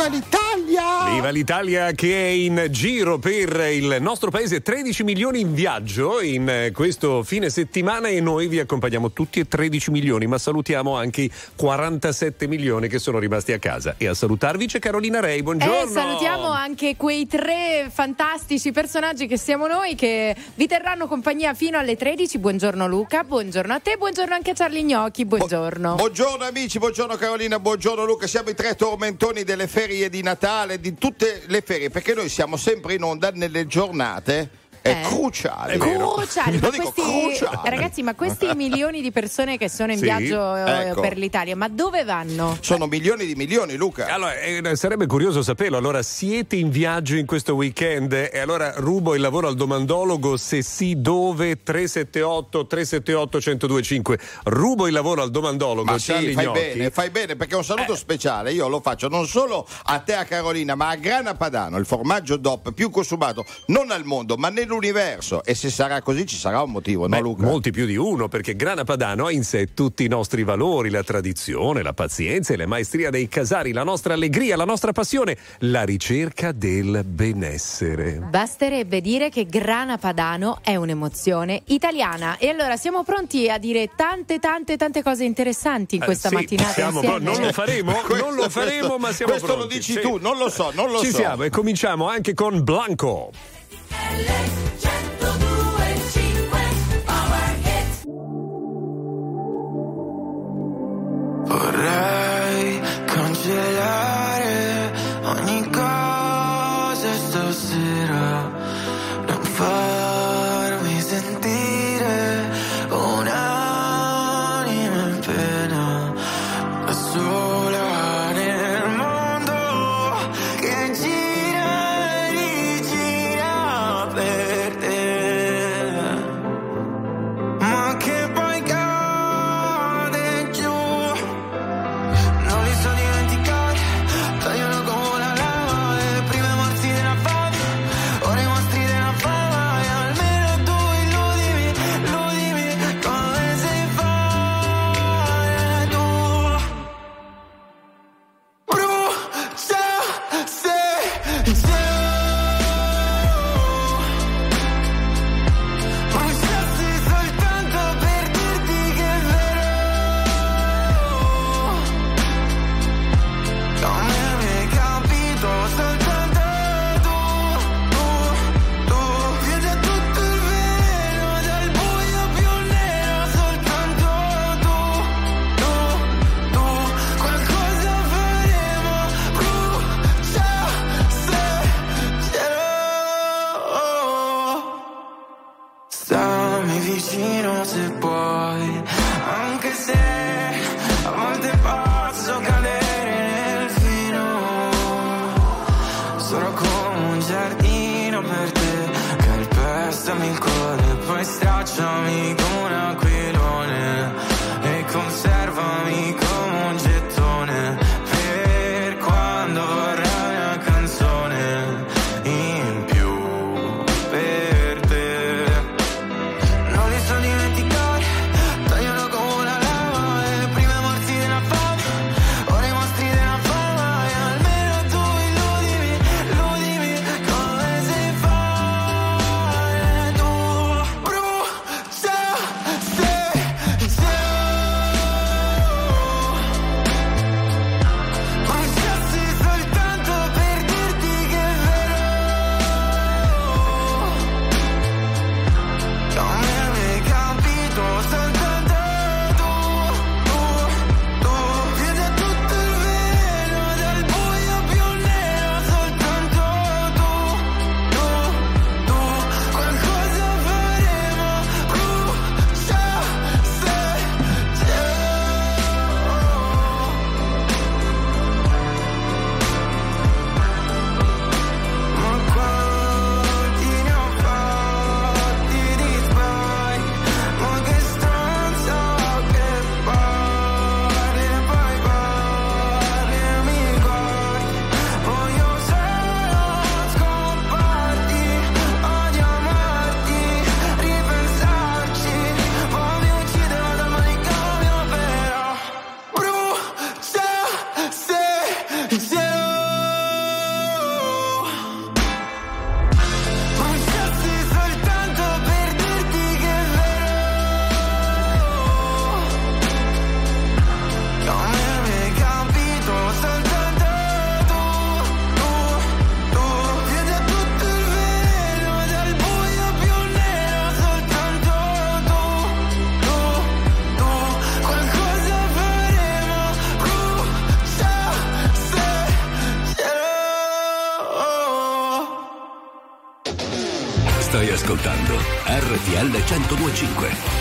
Viva l'Italia! Viva l'Italia che è in giro per il nostro paese, 13 milioni in viaggio in questo fine settimana e noi vi accompagniamo tutti e 13 milioni, ma salutiamo anche i 47 milioni che sono rimasti a casa. E a salutarvi c'è Carolina Rei, buongiorno! Salutiamo anche quei 3 fantastici personaggi che siamo noi, che vi terranno compagnia fino alle 13. Buongiorno Luca, buongiorno a te, buongiorno anche a Charlie Gnocchi, buongiorno. Buongiorno amici, buongiorno Carolina, buongiorno Luca. Siamo i 3 tormentoni delle ferie di Natale, di tutte le ferie, perché noi siamo sempre in onda nelle giornate cruciali. Cruciali, Lo dico, cruciali. Ragazzi, ma questi milioni di persone che sono in viaggio per l'Italia, ma dove vanno? Sono milioni di milioni, Luca. Allora, sarebbe curioso saperlo. Allora, siete in viaggio in questo weekend? E allora rubo il lavoro al domandologo. Se sì, dove? 378-378-1025. Rubo il lavoro al domandologo. Ma sì, fai bene, perché un saluto speciale io lo faccio non solo a te, a Carolina, ma a Grana Padano, il formaggio DOP più consumato non al mondo, ma nell'universo. E se sarà così ci sarà un motivo, no Luca? Molti più di uno, perché Grana Padano ha in sé tutti i nostri valori, la tradizione, la pazienza e la maestria dei casari, la nostra allegria, la nostra passione, la ricerca del benessere. Basterebbe dire che Grana Padano è un'emozione italiana. E allora siamo pronti a dire tante cose interessanti in questa mattinata insieme. Non lo faremo, ma siamo questo pronti. Lo dici tu, non lo so. Ci siamo e cominciamo anche con Blanco. Vorrei cancellare ogni cosa stasera, non farmi sentire un'anima in pena, da sola nel mondo che gira e rigira per te. Ma che poi cade giù, non li so dimenticare, tagliano come la lava, le prime morti della fame, ora i mostri della fama, e almeno tu illudimi come sei fare tu. Brucia se bruciassi soltanto per dirti che è vero, come mi hai capito soltanto tu, vedi tutto il vero dal buio più nero, soltanto tu, qualcosa faremo, brucia se cielo. Stammi vicino se puoi, anche se a volte posso cadere nel fino. Sono come un giardino per te, calpestami il cuore, poi stracciami come un aquilone e conservami come un gettone per quando vorrai una canzone in più per te. Non li so dimenticare, tagliano come la lava, le prime morti della fame, ora i mostri della fama, e almeno tu illudimi come sei fare tu. Brucia ascoltando RTL 102.5.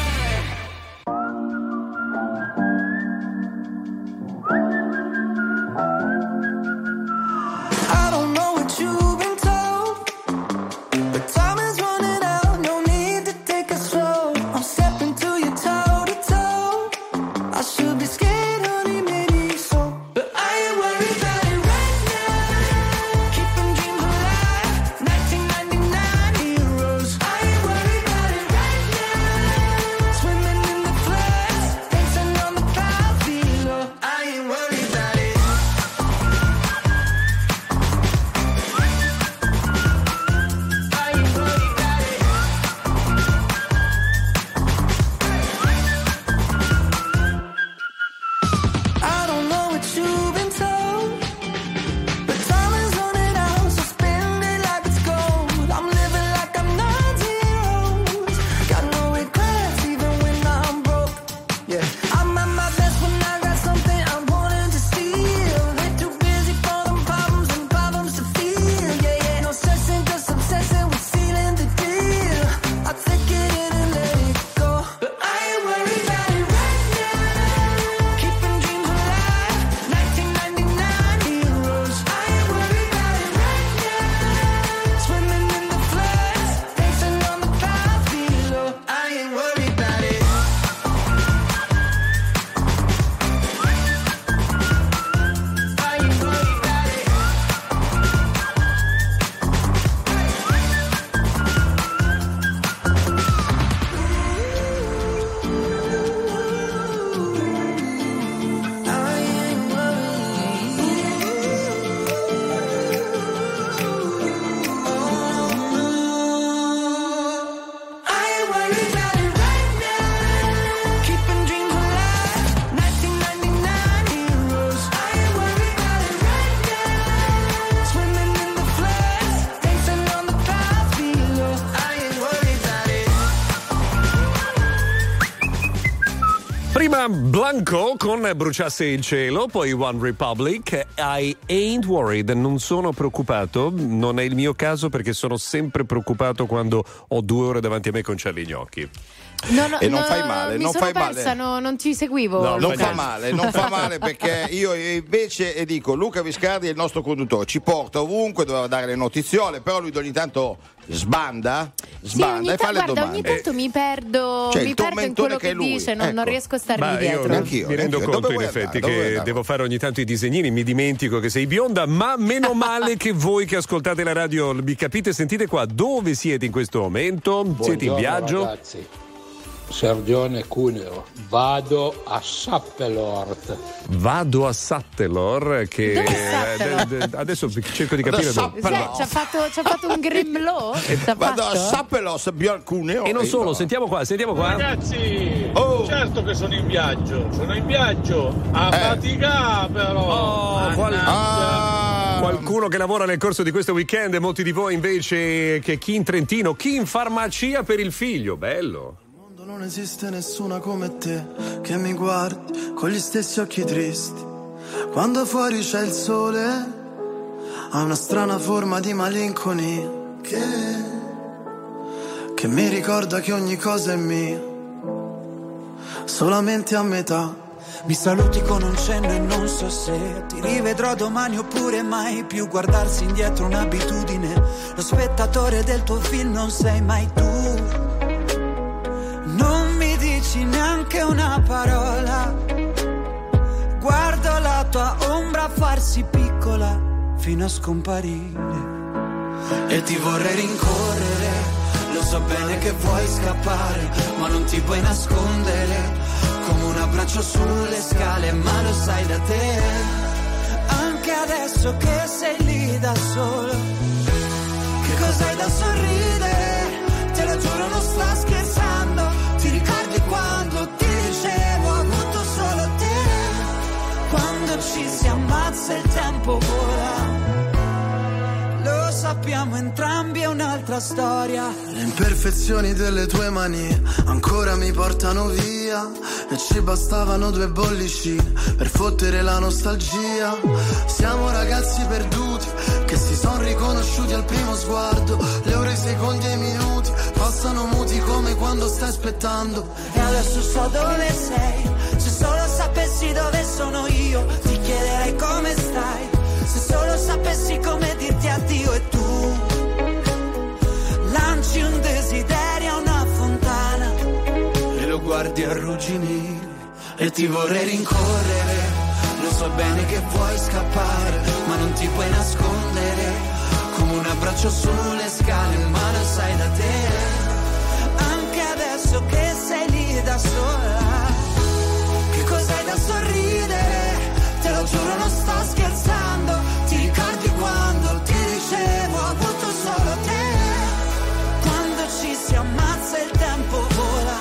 Blanco con Bruciasse il cielo, poi One Republic, I Ain't Worried, non sono preoccupato, non è il mio caso perché sono sempre preoccupato quando ho 2 ore davanti a me con Charlie Gnocchi. Non fai male, non fai persa, male. Non ci seguivo. No, non fa male perché io invece dico Luca Viscardi è il nostro conduttore, ci porta ovunque, doveva dare le notiziole, però lui ogni tanto sbanda sì, e fa le domande. Ogni tanto mi perdo, cioè, mi perdo in quello che dice, non riesco a starmi dietro. Io mi rendo conto in effetti che devo fare ogni tanto i disegnini, mi dimentico che sei bionda, ma meno male che voi che ascoltate la radio mi capite, sentite qua dove siete in questo momento. Buongiorno, siete in viaggio? Ragazzi. Sergione Cuneo, vado a Sappelort. Vado a Sattelor che dove è Sattelor? Adesso cerco di capire dove. Ci ha fatto un gremlò. Vado a Sappelos, Cuneo. E non solo, sentiamo qua. Ragazzi, certo che sono in viaggio a fatica però. Qualcuno che lavora nel corso di questo weekend e molti di voi invece che chi in Trentino, chi in farmacia per il figlio, bello. Non esiste nessuna come te che mi guardi con gli stessi occhi tristi. Quando fuori c'è il sole, ha una strana forma di malinconia che mi ricorda che ogni cosa è mia, solamente a metà. Mi saluti con un cenno e non so se ti rivedrò domani oppure mai più. Guardarsi indietro è un'abitudine, lo spettatore del tuo film non sei mai tu. Non mi dici neanche una parola, guardo la tua ombra farsi piccola fino a scomparire. E ti vorrei rincorrere, lo so bene che vuoi scappare, ma non ti puoi nascondere, come un abbraccio sulle scale, ma lo sai da te. Anche adesso che sei lì da solo, che cos'hai da sorridere? Te lo giuro non sto scherzando. Ti ricordi quando ti dicevo ho avuto solo te? Quando ci si ammazza il tempo vola. Lo sappiamo entrambi, è un'altra storia. Le imperfezioni delle tue mani ancora mi portano via, e ci bastavano 2 bollicine per fottere la nostalgia. Siamo ragazzi perduti che si son riconosciuti al primo sguardo. Le ore, i secondi e i minuti passano muti come quando stai aspettando. E adesso so dove sei, se solo sapessi dove sono io, ti chiederei come stai, se solo sapessi come dirti addio. E tu lanci un desiderio a una fontana e lo guardi arrugginire e ti vorrei rincorrere. Lo so bene che vuoi scappare, ma non ti puoi nascondere, come un abbraccio sulle scale, ma lo sai da te. Anche adesso che sei lì da sola, che cos'hai da sorridere? Te lo giuro, non sto scherzando. Ti ricordi quando ti dicevo ho avuto solo te? Quando ci si ammazza il tempo vola,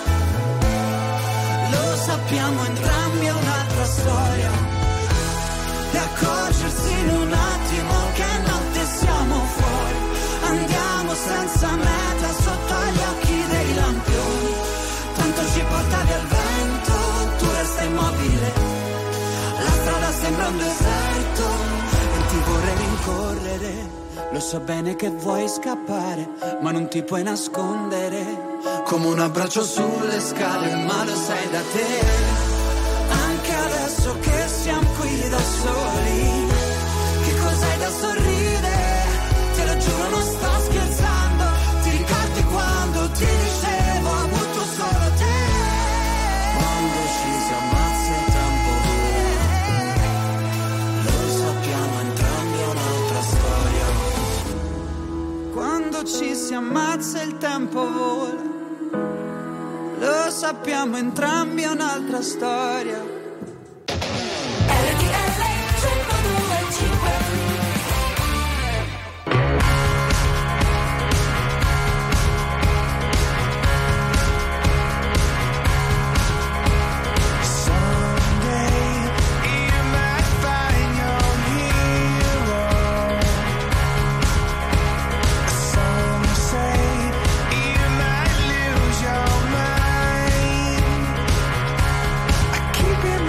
lo sappiamo entrambi, è un'altra storia. E accorgersi in un attimo che notte siamo fuori, andiamo senza meta sotto agli occhi dei lampioni. Tanto ci portavi al vento, tu resta immobile, la strada sembra un deserto e ti vorrei rincorrere. Lo so bene che vuoi scappare, ma non ti puoi nascondere, come un abbraccio sulle scale, ma lo sai da te. Anche adesso che siamo qui da soli, che cos'hai da sorridere? Te lo giuro, non sto scherzando. Ti ricordi quando ti dicevo ho avuto solo te? Quando ci si ammazza il tempo vola, lo sappiamo entrambi, è un'altra storia. Quando ci si ammazza il tempo vola, lo sappiamo entrambi, è un'altra storia. Keep it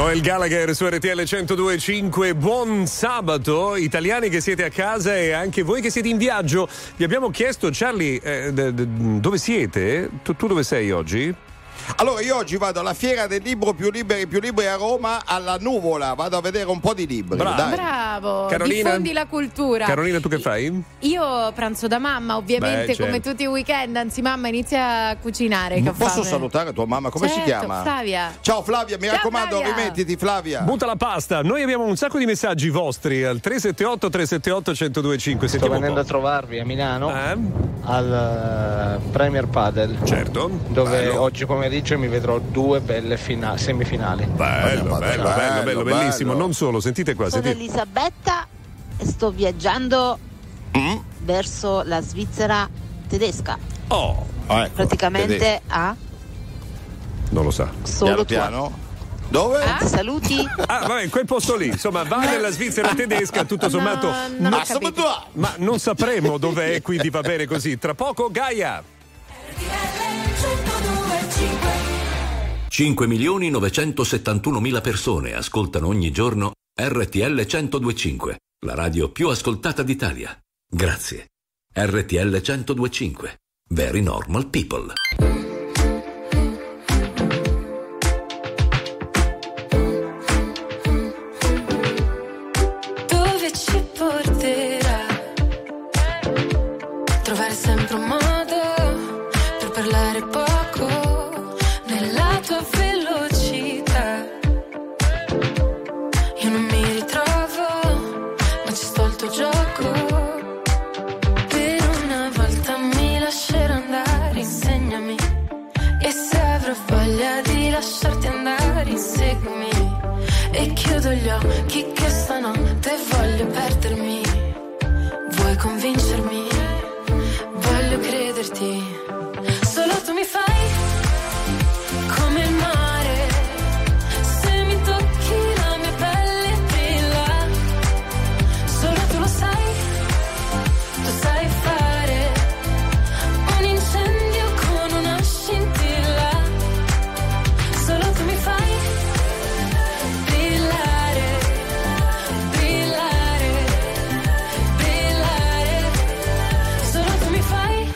Noel Gallagher su RTL 102.5. Buon sabato, italiani che siete a casa e anche voi che siete in viaggio. Vi abbiamo chiesto, Charlie, dove siete? Tu dove sei oggi? Allora, io oggi vado alla fiera del libro più libri a Roma, alla Nuvola, vado a vedere un po' di libri. Bravo, Carolina, diffondi la cultura. Carolina, tu che fai? Io pranzo da mamma, ovviamente. Certo. Come tutti i weekend, anzi mamma inizia a cucinare. Che Posso fame. salutare tua mamma? Come si chiama? Flavia. Ciao Flavia, mi raccomando, Flavia. rimettiti Flavia. Butta la pasta. Noi abbiamo un sacco di messaggi vostri al 378 1025. Sto venendo a trovarvi a Milano al Premier Padel. Certo. Dove oggi pomeriggio mi vedrò 2 belle semifinali. Bello, bellissimo. Non solo, sentite qua. Sono Elisabetta e sto viaggiando verso la Svizzera tedesca. Ecco, praticamente a non lo sa. Solo piano. Dove? Saluti. Vabbè, quel posto lì, insomma, va nella Svizzera tedesca, tutto sommato. Ma non sapremo dov'è, quindi va bene così. Tra poco Gaia. 5.971.000 persone ascoltano ogni giorno RTL 102.5, la radio più ascoltata d'Italia. Grazie. RTL 102.5. Very normal people. Dove ci porterà? Trovare sempre un modo per parlare poco nella tua velocità. Io non mi ritrovo, ma ci sto al tuo gioco. Per una volta mi lascerò andare, insegnami. E se avrò voglia di lasciarti andare, inseguimi. E chiudo gli occhi che stanotte voglio perdermi. Vuoi convincermi? Voglio crederti. Solo tu mi fai come il mare. Se mi tocchi la mia pelle brilla. Solo tu lo sai. Tu sai fare un incendio con una scintilla. Solo tu mi fai brillare, brillare, brillare. Solo tu mi fai.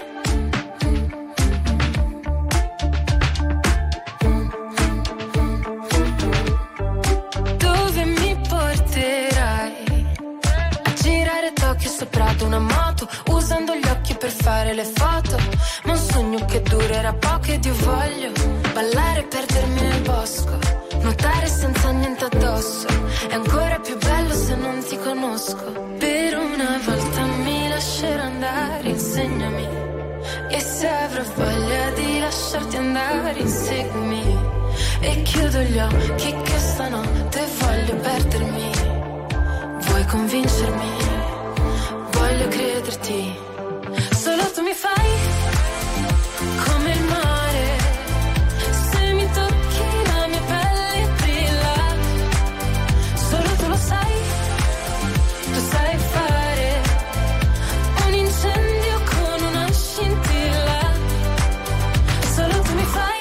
Dove mi porterai? A girare Tokyo sopra ad una moto, usando gli occhi per fare le foto. Ma un sogno che durerà poco ed io voglio ballare e perdermi nel bosco, nuotare senza niente addosso. È ancora più bello se non ti conosco. Per una volta mi lascerò andare, insegnami. E se avrò voglia di lasciarti andare, inseguimi. E chiudo gli occhi che stanotte voglio perdermi. Vuoi convincermi? Voglio crederti. Solo tu mi fai come il mare. Se mi tocchi la mia pelle brilla. Solo tu lo sai. Tu sai fare un incendio con una scintilla. Solo tu mi fai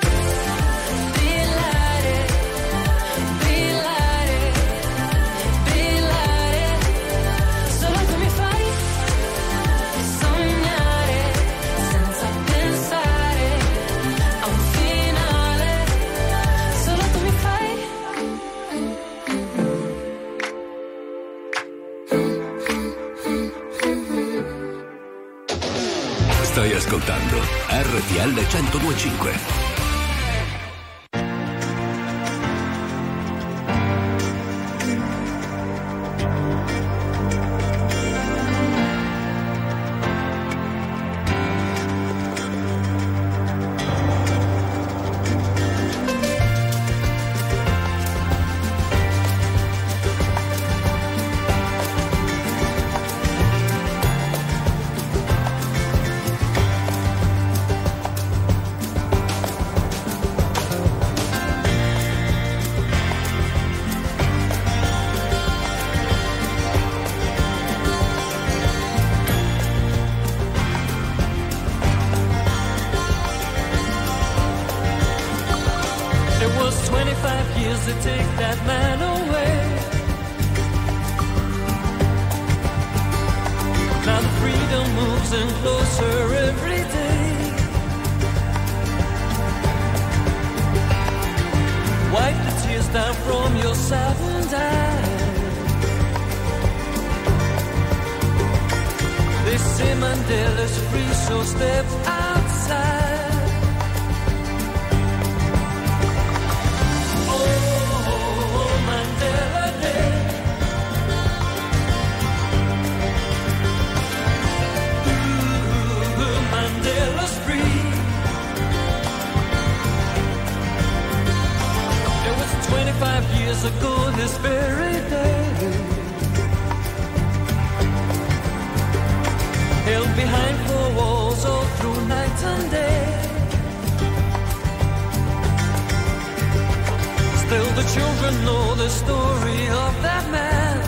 brillare, brillare, brillare. Solo tu mi fai sognare senza pensare a un finale. Solo tu mi fai. Stai ascoltando RTL 102.5. closer and closer every day. Wipe the tears down from your saddened eyes. They say Mandela's free, so step outside. Mandela's free. It was 25 years ago this very day. Held behind four walls all through night and day. Still the children know the story of that man.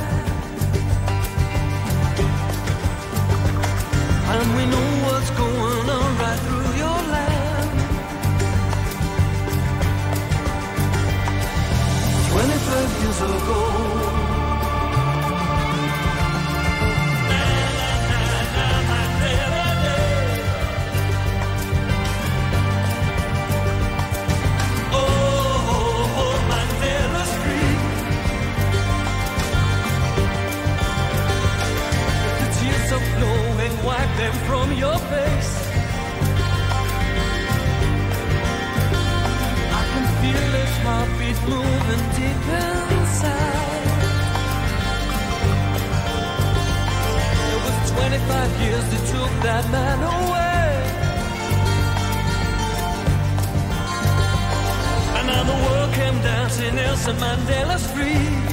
And we know what's going on right through your land. 25 years ago. Wipe them from your face. I can feel his heartbeat moving deep inside. It was 25 years that took that man away. And now the world came down to Nelson Mandela's free.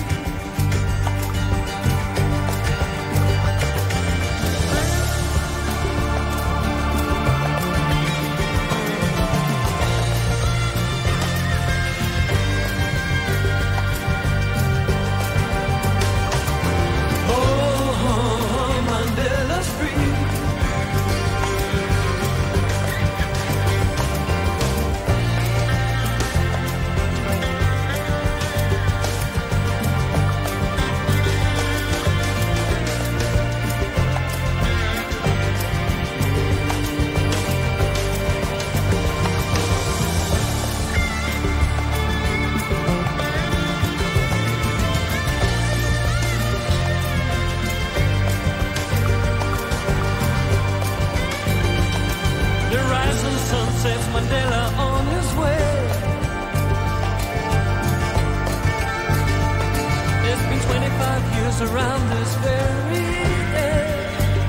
Around this very day.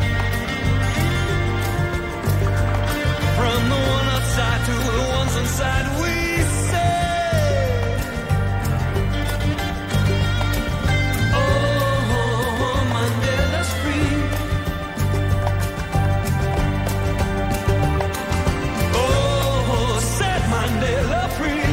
From the one outside to the ones inside, we say, oh, Mandela's free. Oh, set Mandela free.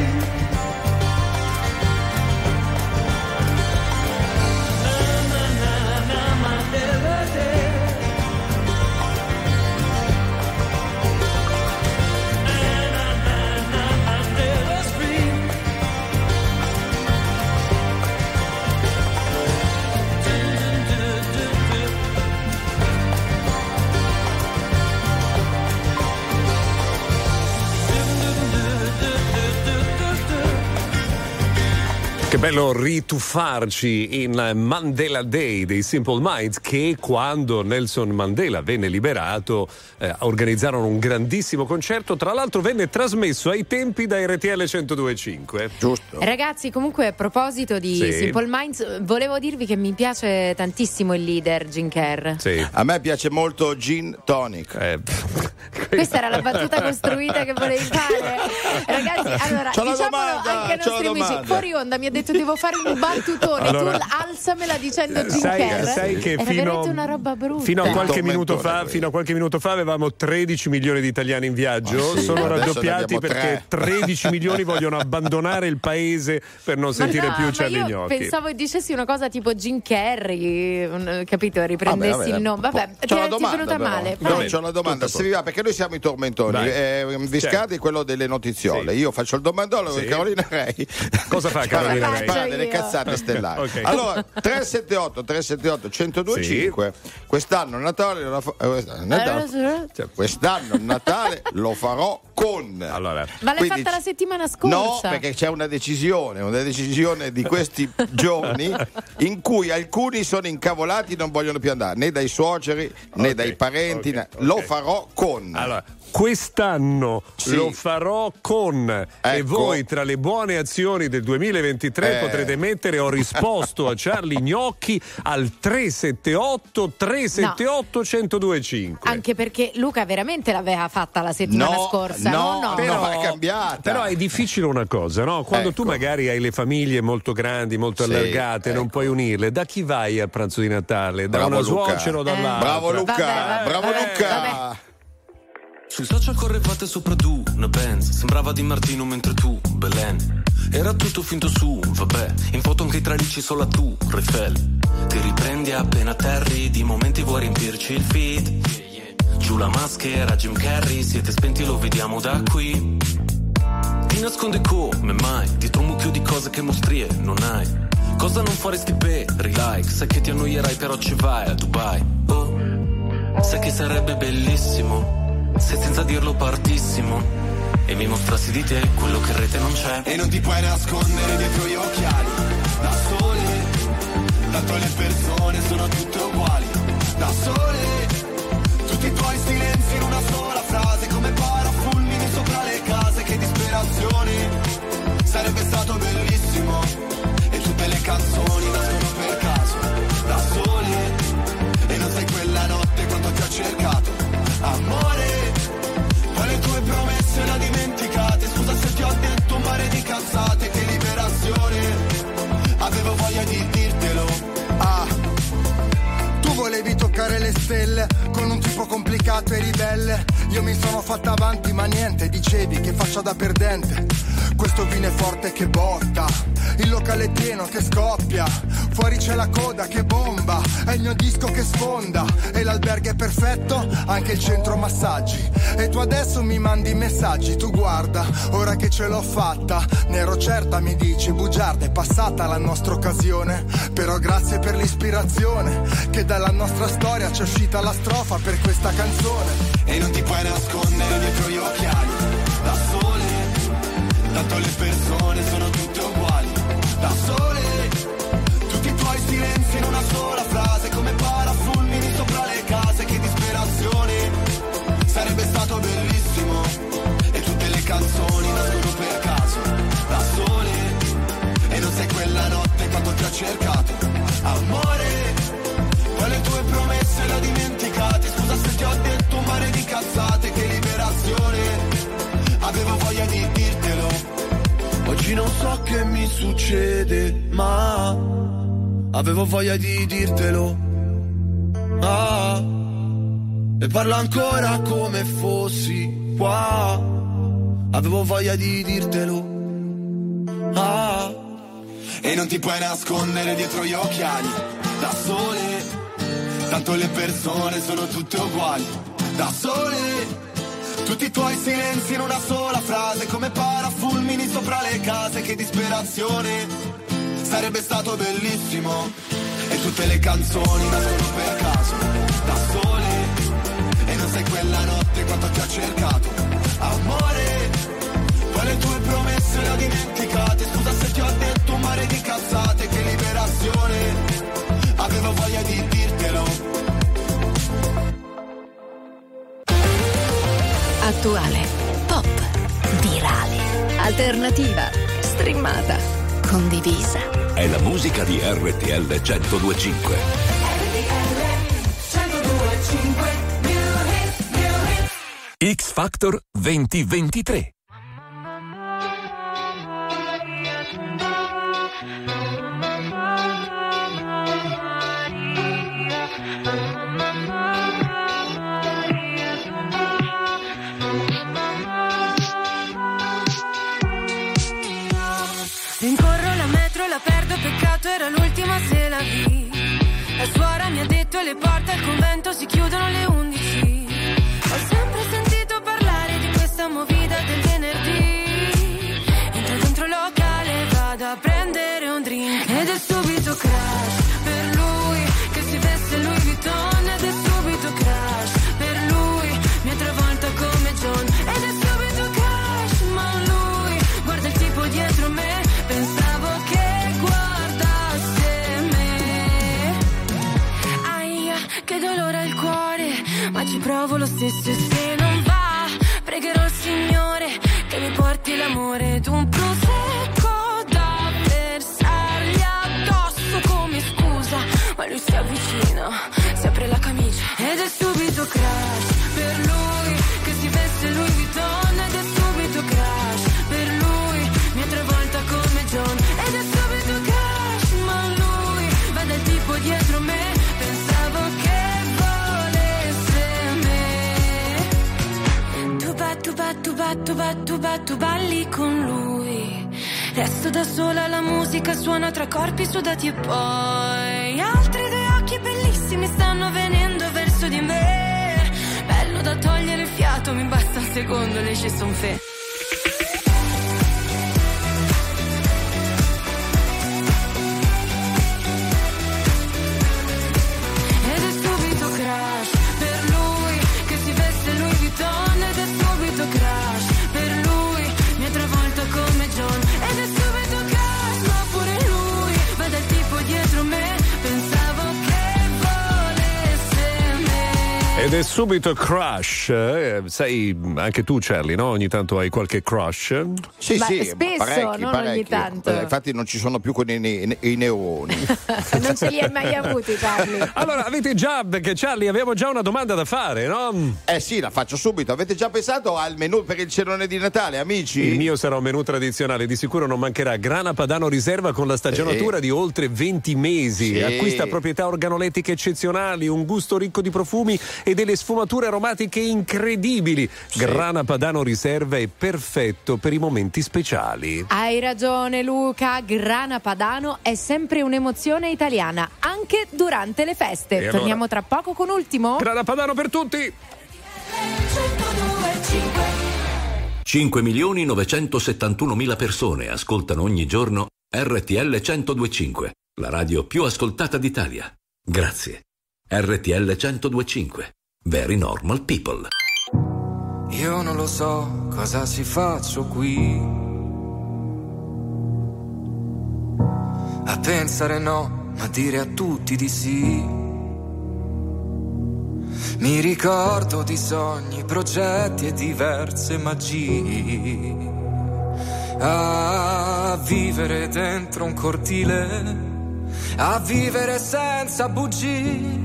Che bello rituffarci in Mandela Day dei Simple Minds, che quando Nelson Mandela venne liberato organizzarono un grandissimo concerto, tra l'altro venne trasmesso ai tempi da RTL 102.5. Giusto. Ragazzi, comunque a proposito di Simple Minds, volevo dirvi che mi piace tantissimo il leader Gin Kerr. Sì. A me piace molto Gin Tonic. Questa era la battuta costruita che volevi fare. Ragazzi, allora diciamolo anche ai nostri amici. Fuori onda mi ha detto devo fare un battutone, allora, tu alzamela dicendo Gin Kerr. Sai che era veramente una roba brutta. Fino a qualche minuto fa avevamo 13 milioni di italiani in viaggio, sono raddoppiati perché 13 milioni vogliono abbandonare il paese per non sentire più Charlie Gnocchi. Pensavo dicessi una cosa tipo Jim Carrey, capito? Riprendessi il nome. Vabbè, ti è venuta male. No, c'ho una domanda, se vi va, perché noi siamo i tormentoni. Viscardi è quello delle notiziole. Io faccio il domandolo con Carolina Rei. Cosa fa Carolina Rei? Spara delle cazzate stellari. Okay. Allora, 378-378-1025. Quest'anno Natale lo farò con. Allora, ma l'hai fatta la settimana scorsa? No, perché c'è una decisione di questi giorni in cui alcuni sono incavolati, non vogliono più andare né dai suoceri né dai parenti. Lo farò con. Allora, quest'anno lo farò con. E voi tra le buone azioni del 2023 potrete mettere ho risposto a Charlie Gnocchi al 378-378-1025. Anche perché Luca veramente l'aveva fatta la settimana scorsa. No, però è cambiata. Però è difficile una cosa, no? Quando tu magari hai le famiglie molto grandi, molto allargate, non puoi unirle. Da chi vai al pranzo di Natale? Da una suocera o dall'altra? Bravo Luca, bravo Luca. Sui social correvate sopra tu, una Benz. Sembrava Di Martino mentre tu, Belen. Era tutto finto su, vabbè. In foto anche i tralicci solo tu, Eiffel. Ti riprendi appena atterri, di momenti vuoi riempirci il feed. Giù la maschera, Jim Carrey, siete spenti, lo vediamo da qui. Ti nascondi come mai, dietro un mucchio di cose che mostrie non hai. Cosa non faresti per like? Sai che ti annoierai però ci vai a Dubai. Oh, sai che sarebbe bellissimo se senza dirlo partissimo e mi mostrassi di te quello che in rete non c'è. E non ti puoi nascondere dietro gli occhiali, da sole, tanto le persone sono tutte uguali, da sole, tutti i tuoi silenzi in una sola frase, come parafulmini sopra le case, che disperazione, sarebbe stato bellissimo, e tutte le canzoni nascono per caso, da sole, e non sai quella notte quanto ti ho cercato, amore. Poi le tue promesse le dimenticate. Scusa se ti ho detto un mare di cazzate. Che liberazione, avevo voglia di dirtelo. Tu volevi toccare le stelle con un tipo complicato e ribelle. Io mi sono fatta avanti ma niente. Dicevi che faccia da perdente. Questo vino è forte che botta, il locale è pieno che scoppia, fuori c'è la coda che bomba, è il mio disco che sfonda, e l'albergo è perfetto, anche il centro massaggi, e tu adesso mi mandi messaggi, tu guarda, ora che ce l'ho fatta, ne ero certa mi dici, bugiarda è passata la nostra occasione, però grazie per l'ispirazione, che dalla nostra storia c'è uscita la strofa per questa canzone. E non ti puoi nascondere dietro gli occhiali, da sole, tanto le persone sono tutte uguali, da sole, tutti i tuoi silenzi in una sola frase, come parafulmini sopra le case, che disperazione, sarebbe stato bellissimo, e tutte le canzoni nascono per caso, da sole, e non sai quella notte quando ti ho cercato, amore, poi le tue promesse le dimenticate, scusa se ti ho detto un mare di cazzate, che liberazione, avevo voglia di dirtelo. Oggi non so che mi succede, ma avevo voglia di dirtelo. E parlo ancora come fossi qua. Avevo voglia di dirtelo. E non ti puoi nascondere dietro gli occhiali, da sole, tanto le persone sono tutte uguali, da sole, tutti i tuoi silenzi in una sola frase, come parafulmini sopra le case, che disperazione, sarebbe stato bellissimo, e tutte le canzoni nascono per caso, da sole, e non sai quella notte quanto ti ho cercato, amore, poi le tue promesse le ho dimenticate, scusa se ti ho detto un mare di cazzate, che liberazione, avevo voglia di dirtelo. Attuale, pop, virale, alternativa, streamata, condivisa. È la musica di RTL 102.5. X Factor 2023. Rincorro la metro, la perdo, peccato, era l'ultima se la vi. La suora mi ha detto le porte al convento si chiudono alle 11. Ho sempre sentito parlare di questa movida del venerdì. Entro dentro il locale, vado a prendere crash per lui che si veste Louis Vuitton ed è subito crash per lui, mi ha travolta come John ed è subito crash, ma lui guarda il tipo dietro me, pensavo che guardasse me. Aia, che dolore al cuore, ma ci provo lo stesso e se non va pregherò il Signore che mi porti l'amore ed un prosecco da versargli addosso come scusa, ma lui si avvicina, si apre la camicia ed è subito crash per lui che si veste Louis Vuitton ed è subito crash per lui, mi ha travolta come John ed è subito crash, ma lui vede il tipo dietro me, pensavo che tu balli con lui, resto da sola, la musica suona tra corpi sudati e poi altri due occhi bellissimi stanno venendo verso di me, bello da togliere il fiato, mi basta un secondo, le ci son fe. Ed è subito crash per lui che si veste Louis Vuitton ed è subito crash per lui, mi ha travolta come John ed è subito crash, ma pure lui vede il tipo dietro me, pensavo che volesse me. Ed è subito crush, sai anche tu Charlie, no? Ogni tanto hai qualche crush? Sì, Ma sì, spesso, parecchi, non parecchi. ogni tanto. Infatti non ci sono più i neuroni. Non ce li hai mai avuti, Charlie. Allora, avete già, perché Charlie abbiamo già una domanda da fare, no? Sì, la faccio subito. Avete già pensato al menù per il cenone di Natale, amici? Il mio sarà un menù tradizionale, di sicuro non mancherà grana padano riserva con la stagionatura di oltre 20 mesi. Sì. Acquista proprietà organolettiche eccezionali, un gusto ricco di profumi e delle sfumature aromatiche incredibili. Sì. Grana padano riserva è perfetto per i momenti speciali. Hai ragione Luca, grana padano è sempre un'emozione italiana, anche durante le feste. E Torniamo allora? tra poco con Ultimo. Grana padano per tutti! 5.971.000 persone ascoltano ogni giorno RTL 102.5, la radio più ascoltata d'Italia. Grazie. RTL 102.5. Very normal people. Io non lo so cosa si faccio qui a pensare no, ma dire a tutti di sì. Mi ricordo di sogni, progetti e diverse magie. A vivere dentro un cortile, a vivere senza bugie.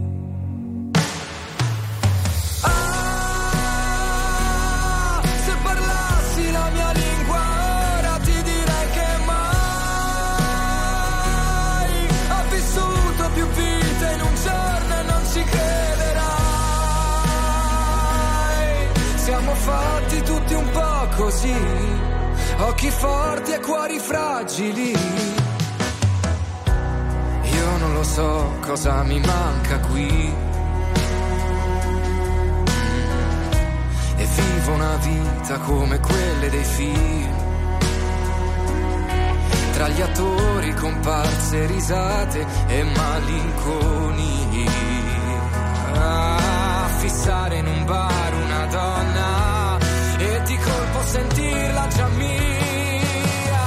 Fatti tutti un po' così, occhi forti e cuori fragili. Io non lo so cosa mi manca qui e vivo una vita come quelle dei film, tra gli attori, comparse, risate e malinconia. Fissare in un bar una donna e di colpo sentirla già mia.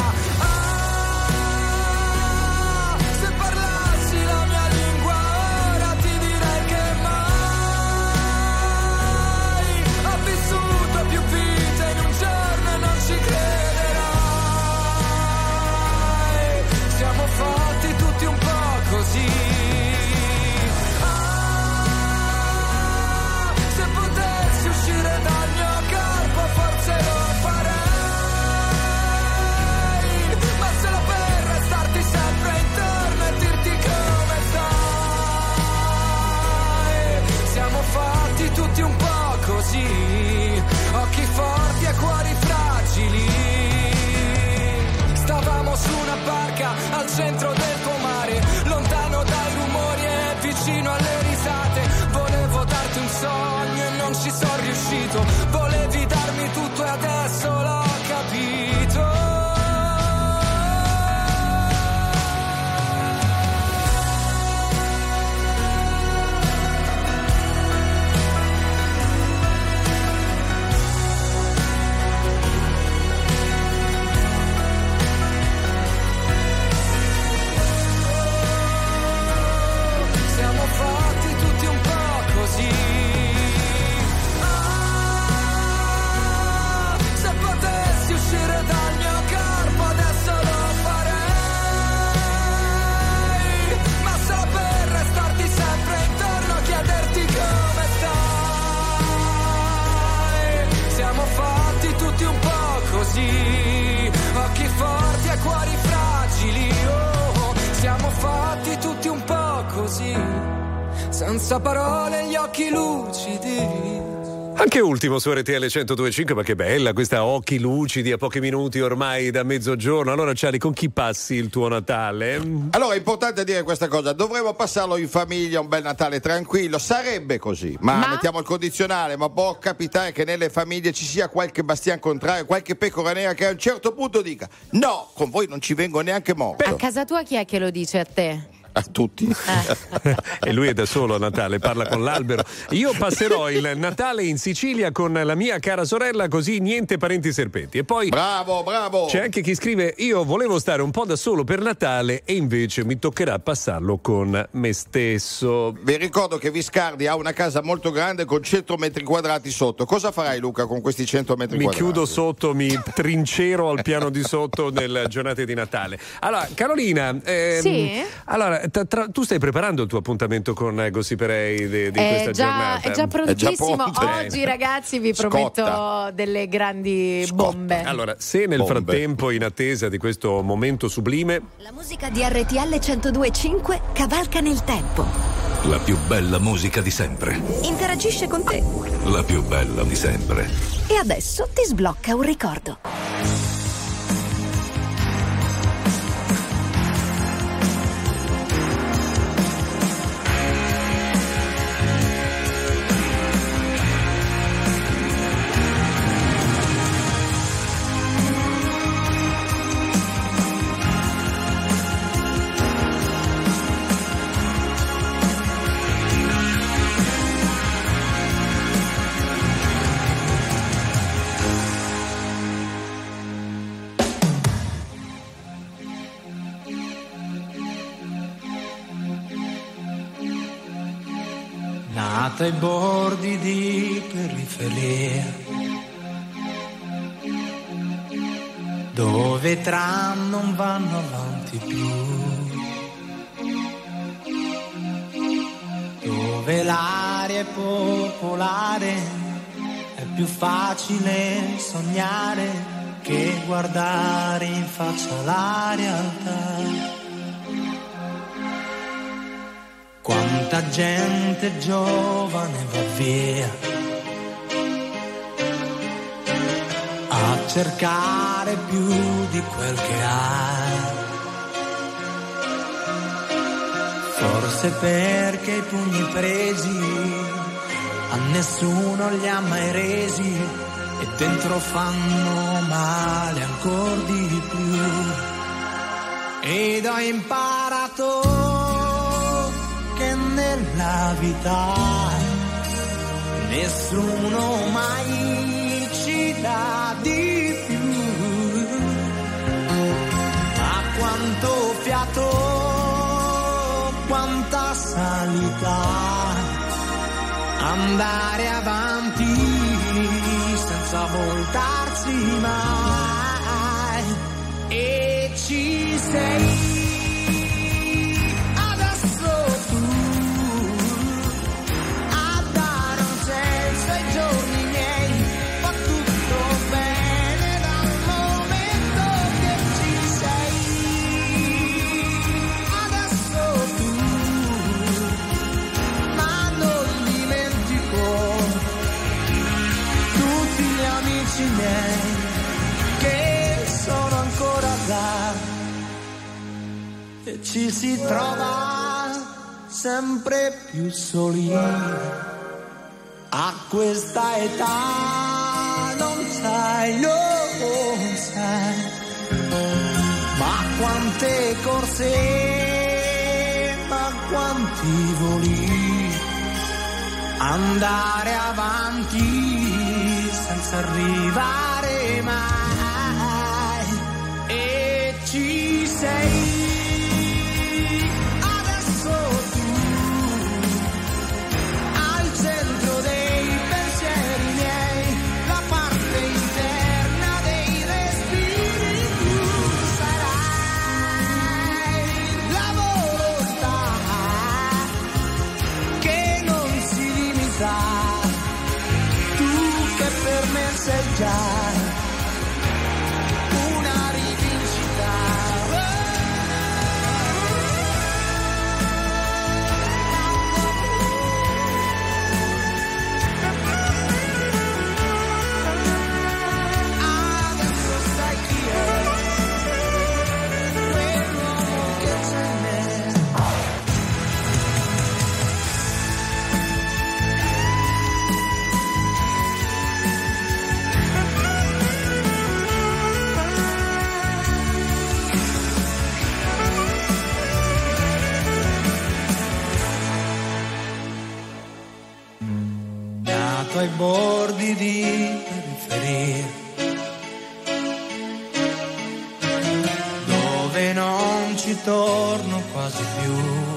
Se parlassi la mia lingua ora ti direi che mai ho vissuto più vite in un giorno e non ci crederai. Siamo fatti tutti un po' così. Uscire dal mio corpo forse lo farei, ma solo per restarti sempre intorno e dirti come stai. Siamo fatti tutti un po' così, occhi forti e cuori fragili. Stavamo su una barca al centro del tuo mare, lontano dai rumori e vicino alle risate. Volevo darti un sogno e non ci sono riuscito, volevi darmi tutto e adesso l'ho capito. così, senza parole, gli occhi lucidi. Anche ultimo su RTL 102.5, ma che bella questa occhi lucidi a pochi minuti ormai da mezzogiorno. Allora Charlie, con chi passi il tuo Natale? Allora è importante dire questa cosa, dovremmo passarlo in famiglia, un bel Natale tranquillo, sarebbe così, ma mettiamo il condizionale, ma può capitare che nelle famiglie ci sia qualche bastian contrario, qualche pecora nera che a un certo punto dica no, con voi non ci vengo neanche morto. A casa tua chi è che lo dice a te? A tutti. E lui è da solo a Natale, parla con l'albero. Io passerò il Natale in Sicilia con la mia cara sorella, così niente parenti serpenti. E poi bravo c'è anche chi scrive: io volevo stare un po' da solo per Natale e invece mi toccherà passarlo con me stesso. Vi ricordo che Viscardi ha una casa molto grande con 100 metri quadrati sotto. Cosa farai, Luca, con questi 100 metri quadrati? Mi chiudo sotto, mi trincero al piano di sotto nelle giornate di Natale. Allora Carolina, sì? Allora tu stai preparando il tuo appuntamento con Gossiperei di questa giornata? È già prontissimo. Oggi ragazzi vi prometto Scotta. delle grandi bombe. Allora, se nel frattempo, in attesa di questo momento sublime, la musica di RTL 102.5 cavalca nel tempo. La più bella musica di sempre. Interagisce con te. La più bella di sempre. E adesso ti sblocca un ricordo. Nata ai bordi di periferia, dove i tram non vanno avanti più, dove l'aria è popolare, è più facile sognare che guardare in faccia la realtà. Quanta gente giovane va via a cercare più di quel che ha, forse perché i pugni presi a nessuno li ha mai resi e dentro fanno male ancora di più. Ed ho imparato che nella vita nessuno mai ci dà di più, ma quanto fiato, quanta salita, andare avanti senza voltarsi mai. E ci sei miei che sono ancora là, e ci si trova sempre più soli a questa età, non sai, non sai, ma quante corse, ma quanti voli, andare avanti senza arrivare mai. E ci sei adesso tu, al centro dei pensieri miei, la parte interna dei respiri. Tu sarai la volontà che non si limita, per me sei già una rivincita. ai bordi di periferia, dove non ci torno quasi più.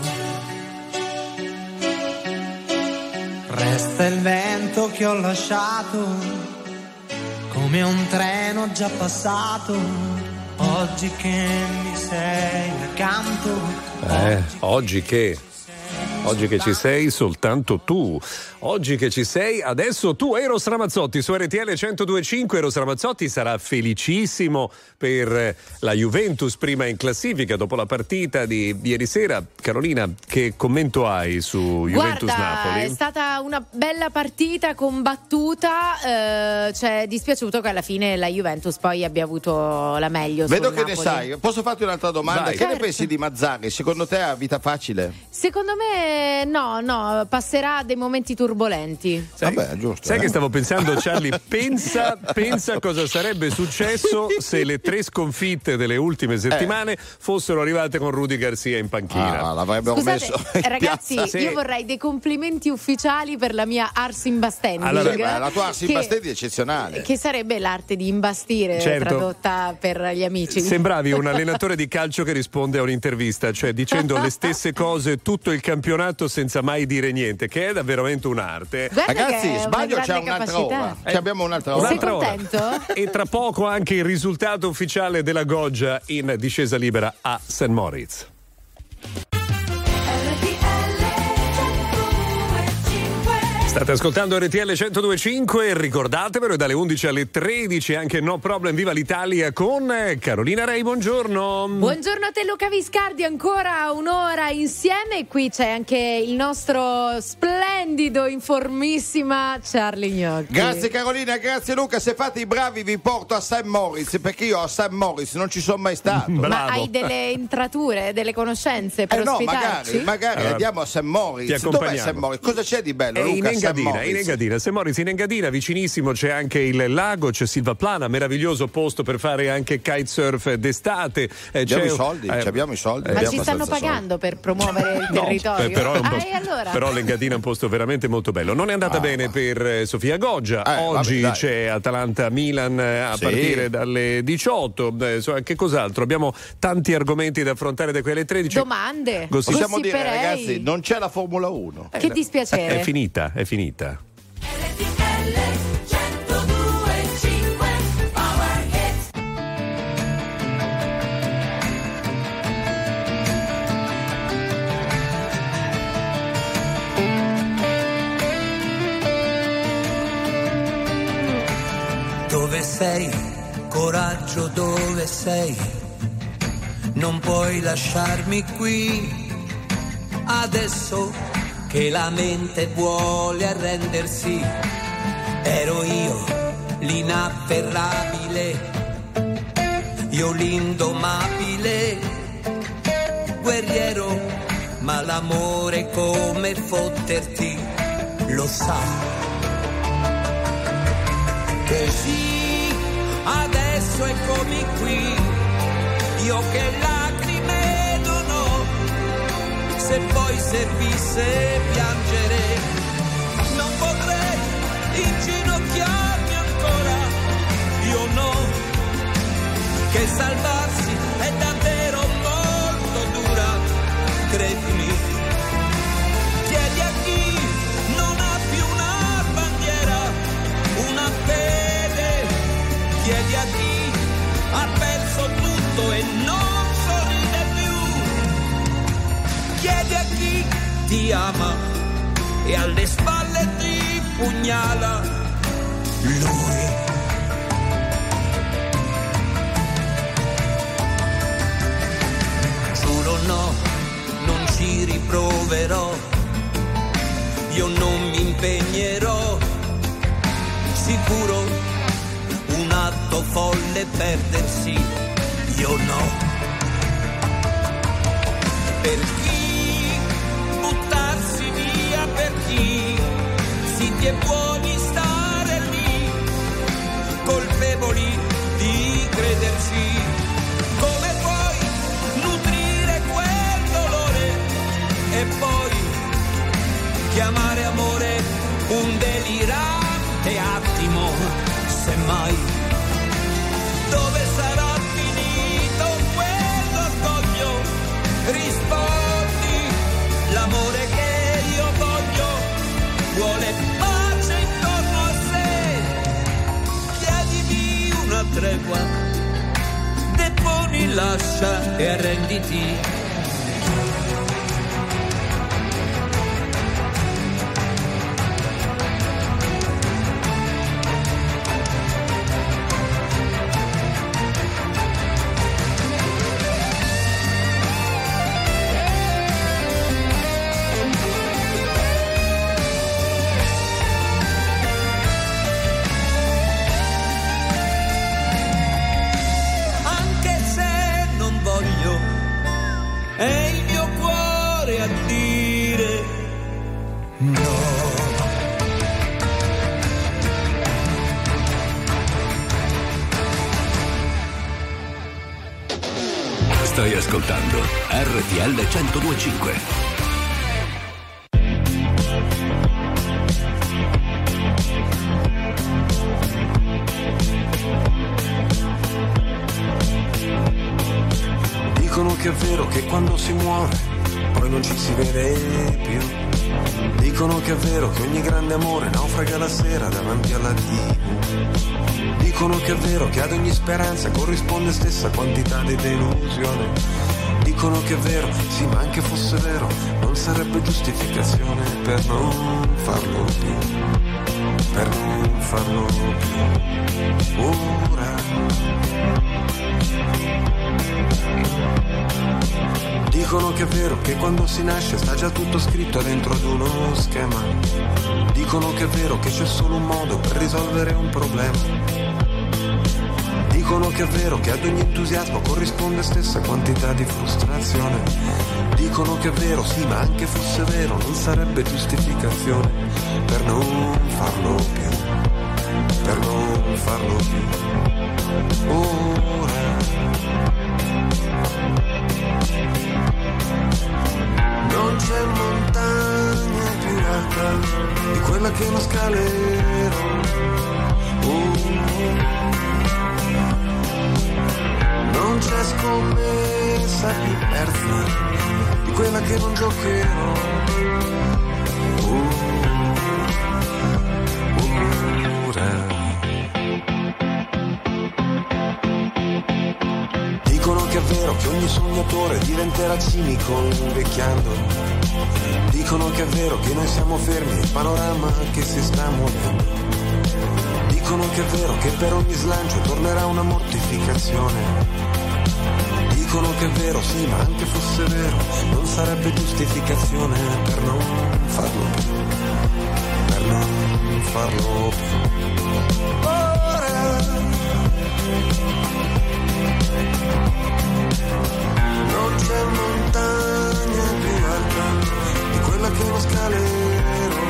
Resta il vento che ho lasciato, come un treno già passato, oggi che mi sei accanto. Oggi che ci sei soltanto tu. Oggi che ci sei, adesso tu. Eros Ramazzotti su RTL 102.5. Eros Ramazzotti sarà felicissimo per la Juventus, prima in classifica dopo la partita di ieri sera. Carolina, che commento hai su Juventus-Napoli? È stata una bella partita combattuta, c'è dispiaciuto che alla fine la Juventus poi abbia avuto la meglio. Vedo sul che Napoli. Ne sai. Posso farti un'altra domanda? Vai. Che Certo. ne pensi di Mazzarri? Secondo te ha vita facile? Secondo me no, passerà dei momenti turbolenti. Vabbè, giusto. Sai che stavo pensando, Charlie? Pensa cosa sarebbe successo se le 3 sconfitte delle ultime settimane fossero arrivate con Rudy Garcia in panchina. L'avrebbero Scusate, messo in ragazzi, piazza. io vorrei dei complimenti ufficiali per la mia Ars Imbastending. Allora, la tua Ars Imbastending è eccezionale. Che sarebbe l'arte di imbastire, Certo. tradotta per gli amici. Sembravi un allenatore di calcio che risponde a un'intervista, cioè dicendo le stesse cose tutto il campionato senza mai dire niente, che è veramente un'arte. Guarda Ragazzi, che è sbaglio, una c'è grande un'altra capacità. ora. Abbiamo un'altra ora. Sei Un'altra ora. contento? E tra poco anche il risultato ufficiale della Goggia in discesa libera a St. Moritz. State ascoltando RTL 102.5, ricordatevelo, dalle 11 alle 13 anche No Problem Viva l'Italia con Carolina Rei, buongiorno. Buongiorno a te Luca Viscardi, ancora un'ora insieme e qui c'è anche il nostro splendido, informissima Charlie Gnocchi. Grazie Carolina, grazie Luca, se fate i bravi vi porto a St. Moritz, perché io a St. Moritz non ci sono mai stato. Ma hai delle entrature, delle conoscenze per no, ospitarci? magari Allora, andiamo a St. ti Moritz. accompagniamo. Dov'è St. Moritz? Cosa c'è di bello, È Luca? in Engadina, St. Moritz in Engadina, vicinissimo c'è anche il lago, c'è Silvaplana, meraviglioso posto per fare anche kitesurf d'estate. Abbiamo i soldi. Ma abbiamo ci stanno abbastanza pagando per promuovere il No, territorio? però, è un e allora? però l'Engadina è un posto veramente molto bello. Non è andata bene per Sofia Goggia. Oggi vabbè, c'è Atalanta-Milan a partire dalle 18. Insomma, che cos'altro? Abbiamo tanti argomenti da affrontare da quelle 13. Domande. Possiamo dire, Gossiperei. ragazzi, non c'è la Formula 1. Che dispiacere. È finita. Dove sei? Coraggio, dove sei? Non puoi lasciarmi qui. Adesso che la mente vuole arrendersi, ero io l'inafferrabile, io l'indomabile, guerriero, ma l'amore come fotterti lo sa. Così adesso eccomi qui, io che lacrime non ho, se poi servisse piangere non potrei inginocchiarmi ancora, io no, che salvarsi è davvero molto dura, credimi. Chiedi a chi non ha più una bandiera, una fede, chiedi a chi ha perso tutto e non sorride più, chiedi a chi ti ama e alle spalle ti pugnala lui. Giuro no, non ci riproverò, io non mi impegnerò, sicuro un atto folle perdersi, io no. Per chi buttarsi via, per chi zitti e buoni stare lì, colpevoli di crederci, come puoi nutrire quel dolore e poi chiamare amore un delirante e attimo, semmai. Dove sarà finito quell'orgoglio? Rispondi, l'amore che io voglio vuole pace intorno a sé. Chiedimi una tregua, deponi, lascia e arrenditi. È il mio cuore a dire no. Stai ascoltando RTL 102.5. Dicono che è vero che quando si muore poi non ci si vede più. Dicono che è vero che ogni grande amore naufraga la sera davanti alla TV. Dicono che è vero che ad ogni speranza corrisponde stessa quantità di delusione. Dicono che è vero, sì, ma anche fosse vero non sarebbe giustificazione per non farlo più. Per non farlo più. Ora dicono che è vero che quando si nasce sta già tutto scritto dentro ad uno schema. Dicono che è vero che c'è solo un modo per risolvere un problema. Dicono che è vero che ad ogni entusiasmo corrisponde stessa quantità di frustrazione. Dicono che è vero, sì, ma anche fosse vero non sarebbe giustificazione per non farlo più. Per non farlo più. Ora non c'è montagna più alta di quella che non scalerò. Non c'è scommessa più persa di quella che non giocherò. Dicono che è vero che ogni sognatore diventerà cinico invecchiando. Dicono che è vero che noi siamo fermi nel panorama che si sta muovendo. Dicono che è vero che per ogni slancio tornerà una mortificazione. Dicono che è vero, sì, ma anche fosse vero non sarebbe giustificazione per non farlo più. Per non farlo più. Ora non c'è montagna più alta di quella che non scalerò.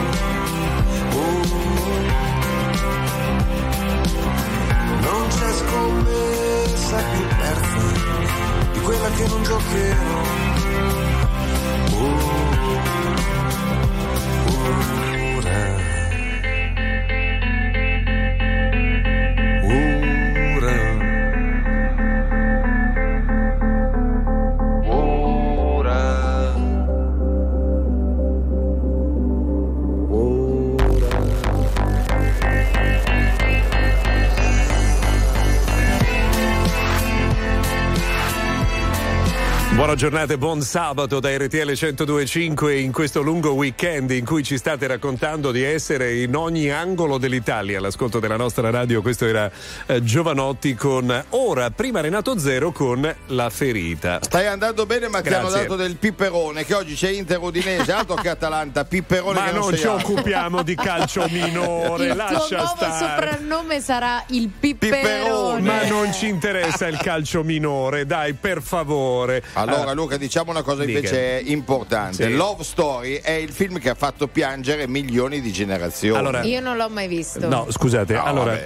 Non c'è scommessa più persa di quella che non giocherò. Buona giornata e buon sabato da RTL 102.5 in questo lungo weekend in cui ci state raccontando di essere in ogni angolo dell'Italia all'ascolto della nostra radio. Questo era Giovanotti con Ora, prima Renato Zero con La Ferita. Stai andando bene, ma ti hanno dato del piperone, che oggi c'è Inter Udinese, altro che Atalanta, piperone. Ma che non ci occupiamo di calcio minore, il lascia tuo nuovo stare. soprannome sarà il piperone. Ma non ci interessa il calcio minore, dai, per favore. Allora Luca, diciamo una cosa invece importante. Sì. Love Story è il film che ha fatto piangere milioni di generazioni. Io non l'ho mai visto. No, scusate, No, allora vabbè.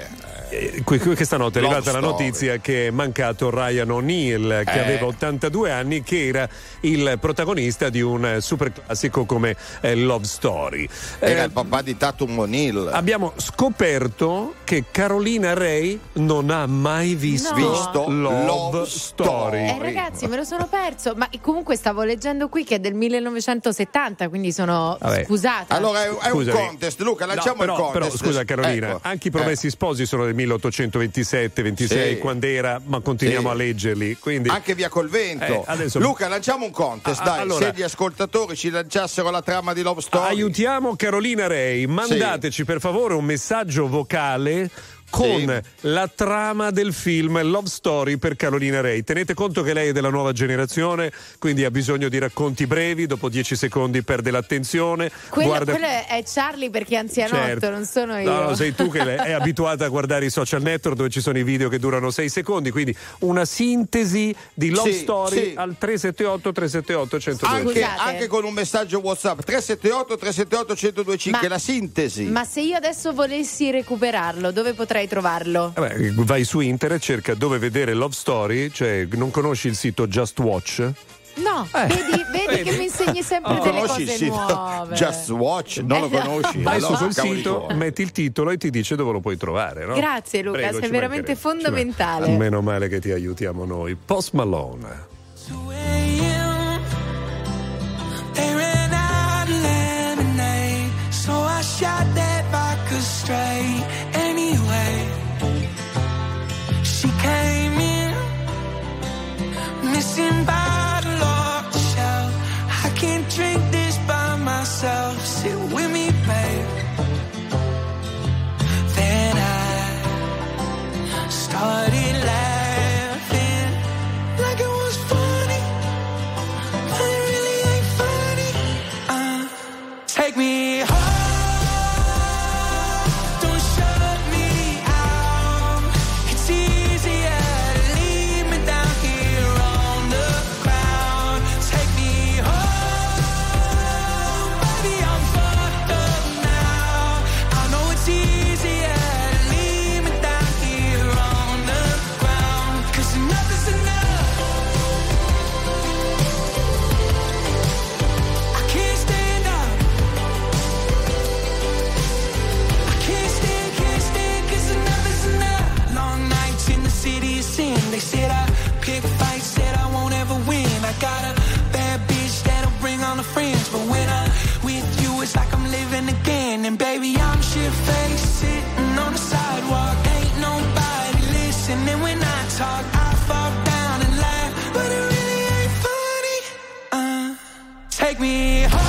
questa notte è arrivata la notizia che è mancato Ryan O'Neal, che aveva 82 anni, che era il protagonista di un super classico come Love Story. Era il papà di Tatum O'Neal. Abbiamo scoperto che Carolina Ray non ha mai visto Love Story. Ragazzi, me lo sono perso, ma comunque stavo leggendo qui che è del 1970, quindi sono scusata. Allora è un contest, Luca, lanciamo il contest. Però scusa Carolina, anche i Promessi Sposi sono del 1827-26 quando era, ma continuiamo a leggerli, quindi anche Via col vento. Adesso... Luca, lanciamo un contest, dai, allora, se gli ascoltatori ci lanciassero la trama di Love Story. Aiutiamo Carolina Ray, mandateci per favore un messaggio vocale con la trama del film Love Story per Carolina Ray. Tenete conto che lei è della nuova generazione, quindi ha bisogno di racconti brevi, dopo 10 secondi perde l'attenzione. Quello è Charlie perché è anzianotto, non sono io. No, sei tu che è abituata a guardare i social network dove ci sono i video che durano 6 secondi, quindi una sintesi di Love Story al 378-378-1025. Anche con un messaggio WhatsApp 378-378-1025, la sintesi. Ma se io adesso volessi recuperarlo, dove potrei trovarlo? Vai su internet, cerca dove vedere Love Story, cioè non conosci il sito Just Watch? No, vedi che mi insegni sempre delle cose nuove. Just Watch, non lo conosci? Vai su quel sito, metti il titolo e ti dice dove lo puoi trovare, no? Grazie Luca, Prego, sei veramente fondamentale. Meno male che ti aiutiamo noi. Post Malone. She came in, missing bottle off the shelf. I can't drink this by myself. Sit with me, babe. Then I started laughing like it was funny, but it really ain't funny. Take me home. They said I pick fights, said I won't ever win. I got a bad bitch that'll bring all the friends, but when I'm with you, it's like I'm living again. And baby, I'm shit-faced, sitting on the sidewalk. Ain't nobody listening when I talk. I fall down and laugh, but it really ain't funny. Take me home.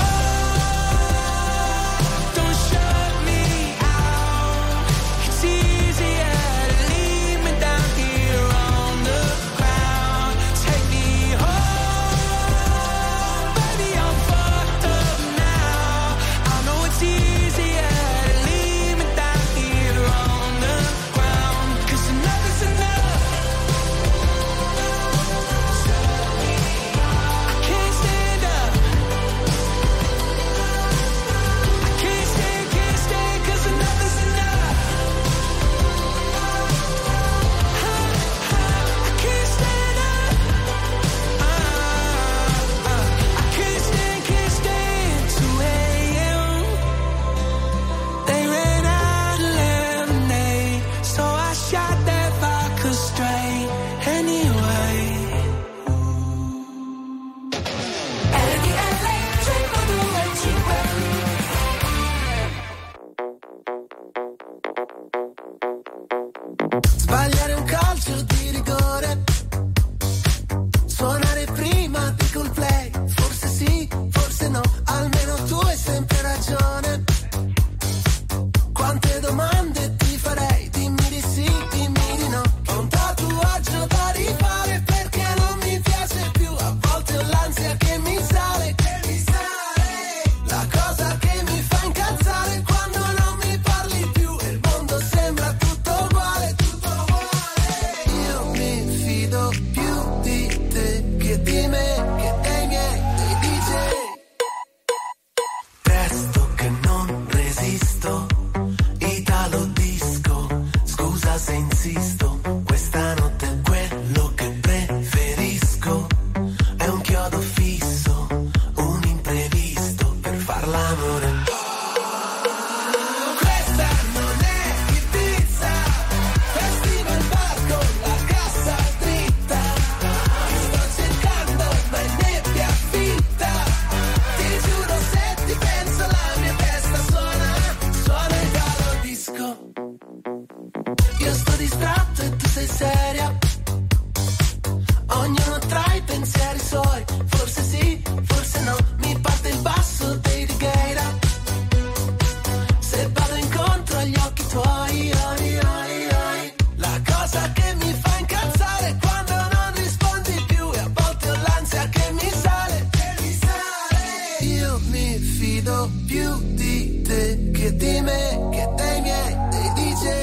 Sbagliare un calcio di rigore, suonare prima di Coldplay, forse sì, forse no, almeno tu hai sempre ragione. Quante domande ti farei, dimmi di sì, dimmi di no. Ho un tatuaggio da rifare perché non mi piace più, a volte ho l'ansia che mi sale, la cosa che mi fa incazzare quando non mi parli più e il mondo sembra tutto uguale. Io mi fido più di te che di me, che dei miei, dei DJ. Presto che non resisto, Italo disco, scusa se resisto, questa notte è quello che preferisco, è un chiodo fisso, un imprevisto per far l'amore. Questa non è Ibiza, festival bar con la cassa dritta, sto cercando ma in nebbia fitta, ti giuro se ti penso la mia testa suona Italo disco. Io sto distratto e tu sei seria, ognuno tra i pensieri suoi, forse sì, forse no, mi parte il basso dei Righeira, se vado incontro agli occhi tuoi, la cosa che mi fa incazzare è quando non rispondi più e a volte ho l'ansia che mi sale, io mi fido più di te che di me, che dei miei, dei DJ.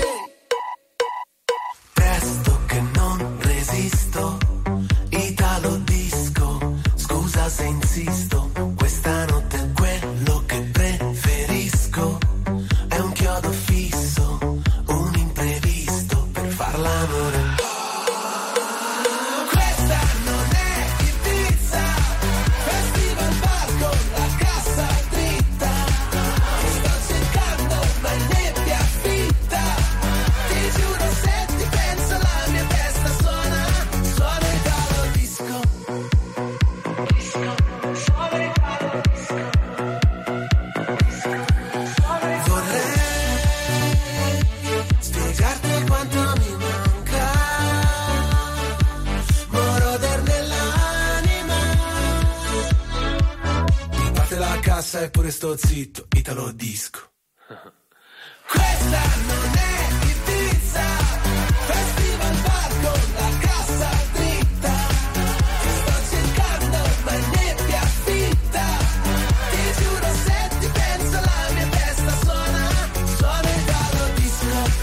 Presto che non resisto, Italo disco, scusa se insisto, questa notte è quello che preferisco, è un chiodo fisso, un imprevisto per far l'amore. Questa non è Ibiza, festival bar con la cassa dritta, sto cercando ma in nebbia fitta, ti giuro se ti penso la mia testa suona Italo disco. Vorrei spiegarti quanto mi manca, moroder nell'anima, mi parte la cassa e pure sto zitto, Italo disco. Questa non è Ibiza, festival bar con la cassa dritta, sto cercando ma in nebbia fitta, ti giuro se ti penso la mia testa suona Italo disco.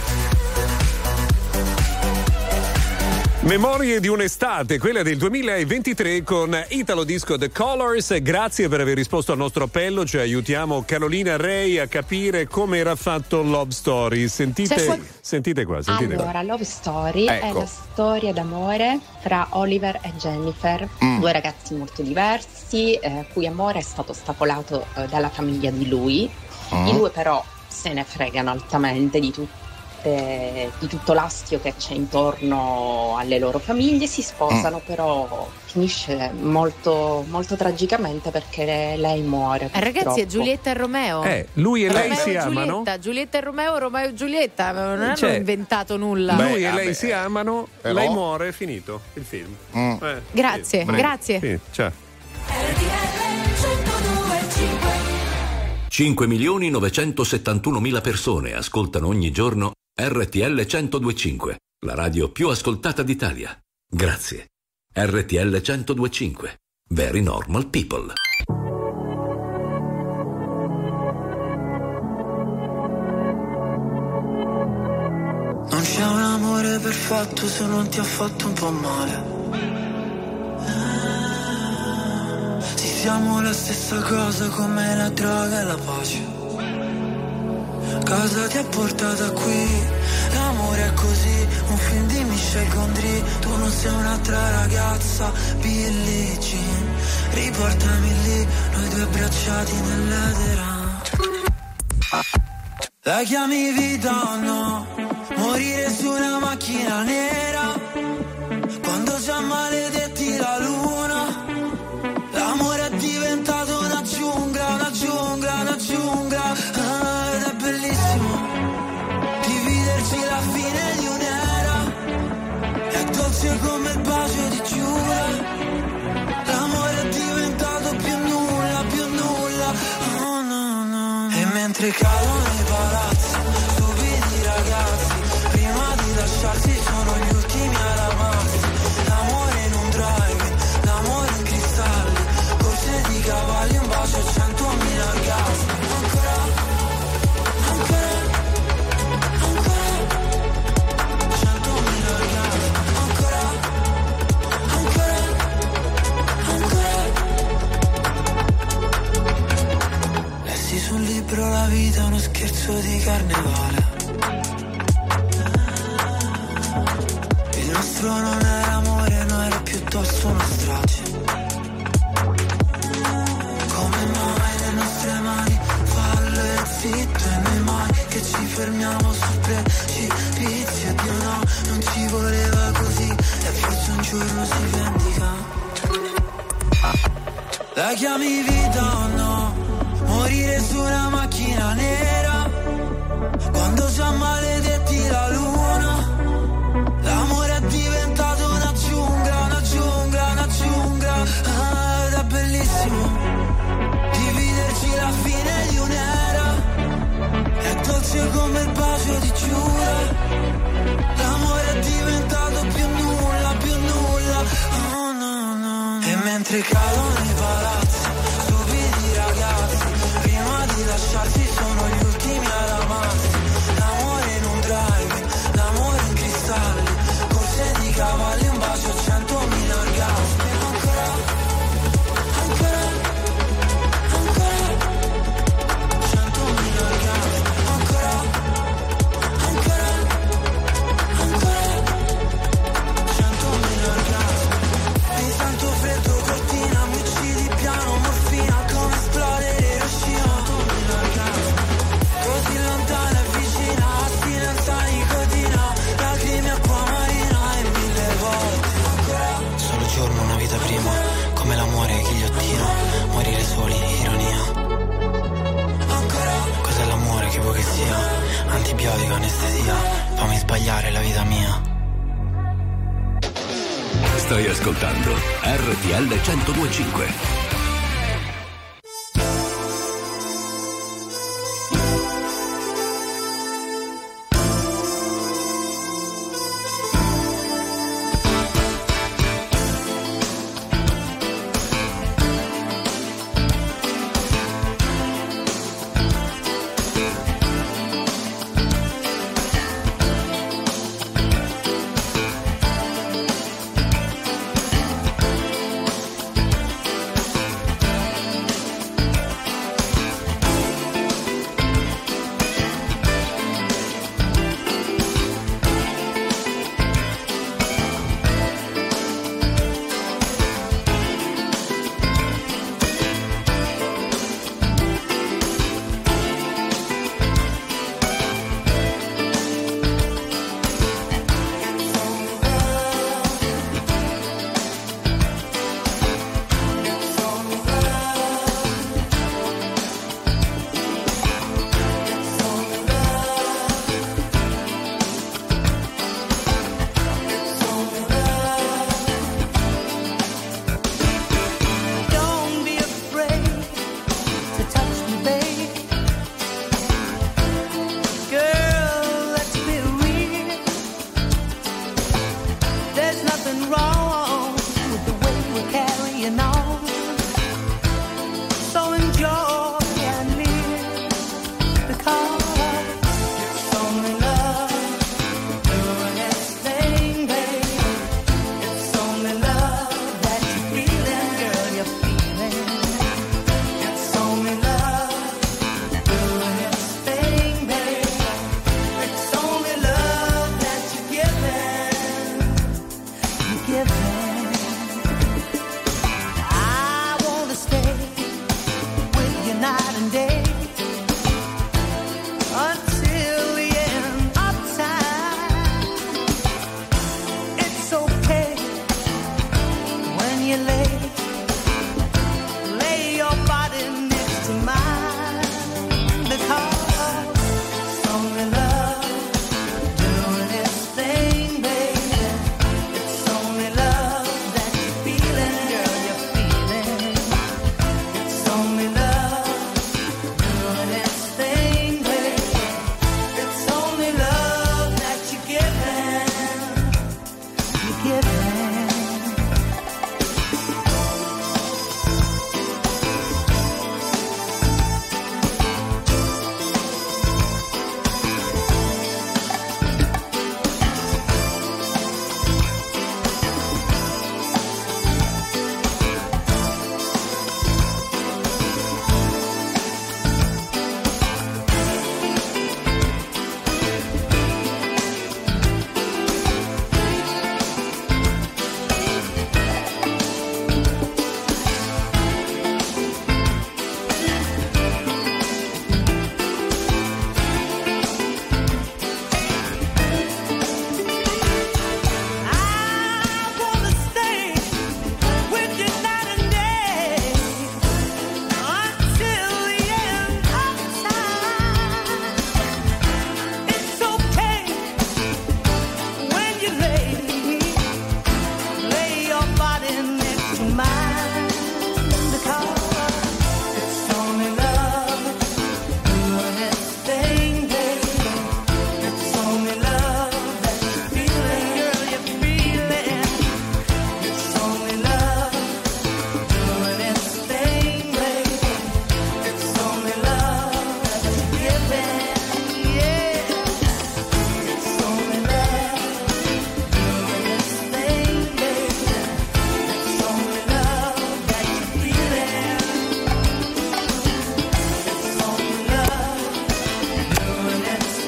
Memorie di un'estate, quella del 2023 con Italo Disco The Colors. Grazie per aver risposto al nostro appello, ci aiutiamo Carolina Rei a capire come era fatto Love Story. Sentite qua. Allora, Love Story è la storia d'amore fra Oliver e Jennifer, due ragazzi molto diversi, cui amore è stato ostacolato dalla famiglia di lui. I due però se ne fregano altamente di tutto l'astio che c'è intorno alle loro famiglie, si sposano, però finisce molto, molto tragicamente perché lei muore. Ragazzi, è Giulietta e Romeo. Lui e Romeo lei si amano. Giulietta e Romeo, Romeo e Giulietta, non hanno inventato nulla. Lui e lei si amano, però... lei muore, è finito il film. Grazie, grazie. Sì, ciao. 5.971.000 persone ascoltano ogni giorno RTL 102.5, la radio più ascoltata d'Italia. Grazie. RTL 102.5. Very normal people. Non c'è un amore perfetto se non ti ha fatto un po' male. Sì, siamo la stessa cosa come la droga e la pace. Cosa ti ha portato qui? L'amore è così, un film di Michel Gondry. Tu non sei un'altra ragazza, Billie Jean. Riportami lì, noi due abbracciati nell'edera. La chiami vita o no? Morire su una macchina nera, quando già maledetti la luna. L'amore è diventato una giungla, una giungla, una giungla. Ed è bellissimo dividerci la fine di un'era. È dolce come il bacio di Giura. L'amore è diventato più nulla, più nulla. Oh no, no. E mentre cadono i palazzi, stupidi ragazzi, prima di lasciarsi sono gli ultimi ad amarsi. L'amore in un drive, l'amore in cristalli, corse di cavalli, un bacio e 100.000 orgasmi. Ancora, ancora, ancora, 100.000 orgasmi. Ancora, ancora, ancora. Lessi sul libro La vita è uno scherzo di carnevale. dentro non era amore, no, era piuttosto una strage. Come mai le nostre mani fallo e zitto, e noi mai che ci fermiamo su precipizio. E Dio no, non ci voleva così, e forse un giorno si vendica. La chiami vita o no? Morire su una macchina nera, quando già maledetti la luna. L'amore è diventato una giungla, una giungla, una giungla. Ah, ed è bellissimo dividerci la fine di un'era. È dolce come il bacio di Giura. L'amore è diventato più nulla, più nulla. Oh, no, no. E mentre cadono i palazzi, stupidi ragazzi, prima di lasciarsi sono gli ultimi ad amarsi. L'amore in un drive, l'amore in cristalli, corse di cavalli, un bacio, 100.000 orgasmi. Ancora, ancora, ancora, 100.000 orgasmi. Ancora, ancora, ancora, 100.000 orgasmi. Mi sento freddo, cortina, mi uccidi piano, morfina, come esplode Hiroshima. 100.000 orgasmi. Così lontana e vicina, astinenza, nicotina, lacrime, acqua marina e 1000 volte. Ancora. Solo giorno, una vita prima, come l'amore, ghigliottina, morire soli, ironia. Ancora. Cos'è l'amore, che vuoi che sia? Antibiotico, anestesia, fammi sbagliare la vita mia. Stai ascoltando RTL 102.5.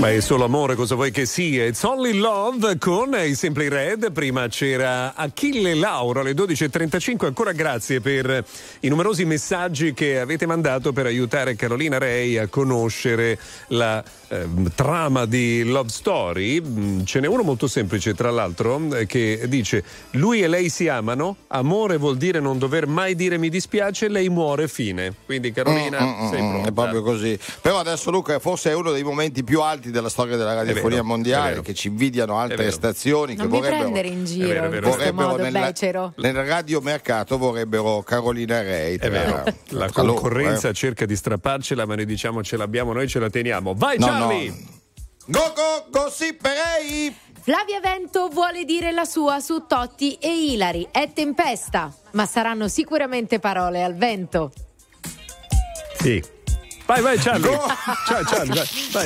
Ma è solo amore, cosa vuoi che sia? It's Only Love con i Simply Red. Prima c'era Achille Lauro alle 12.35. Ancora grazie per i numerosi messaggi che avete mandato per aiutare Carolina Rei a conoscere la trama di Love Story. Ce n'è uno molto semplice, tra l'altro, che dice: lui e lei si amano, amore vuol dire non dover mai dire mi dispiace, lei muore, fine. Quindi Carolina sei pronta. È proprio così. Però adesso, Luca, forse è uno dei momenti più alti della storia della radiofonia mondiale, che ci invidiano altre stazioni non che mi prendere in giro in questo modo becero. Nel radiomercato vorrebbero Carolina Rei. La concorrenza cerca di strapparcela, ma noi diciamo ce l'abbiamo, noi ce la teniamo. Vai Charlie! Go Sipperei! Flavia Vento vuole dire la sua su Totti e Ilari. È tempesta, ma saranno sicuramente parole al vento. Sì. Vai Charlie. Ciao Charlie, vai.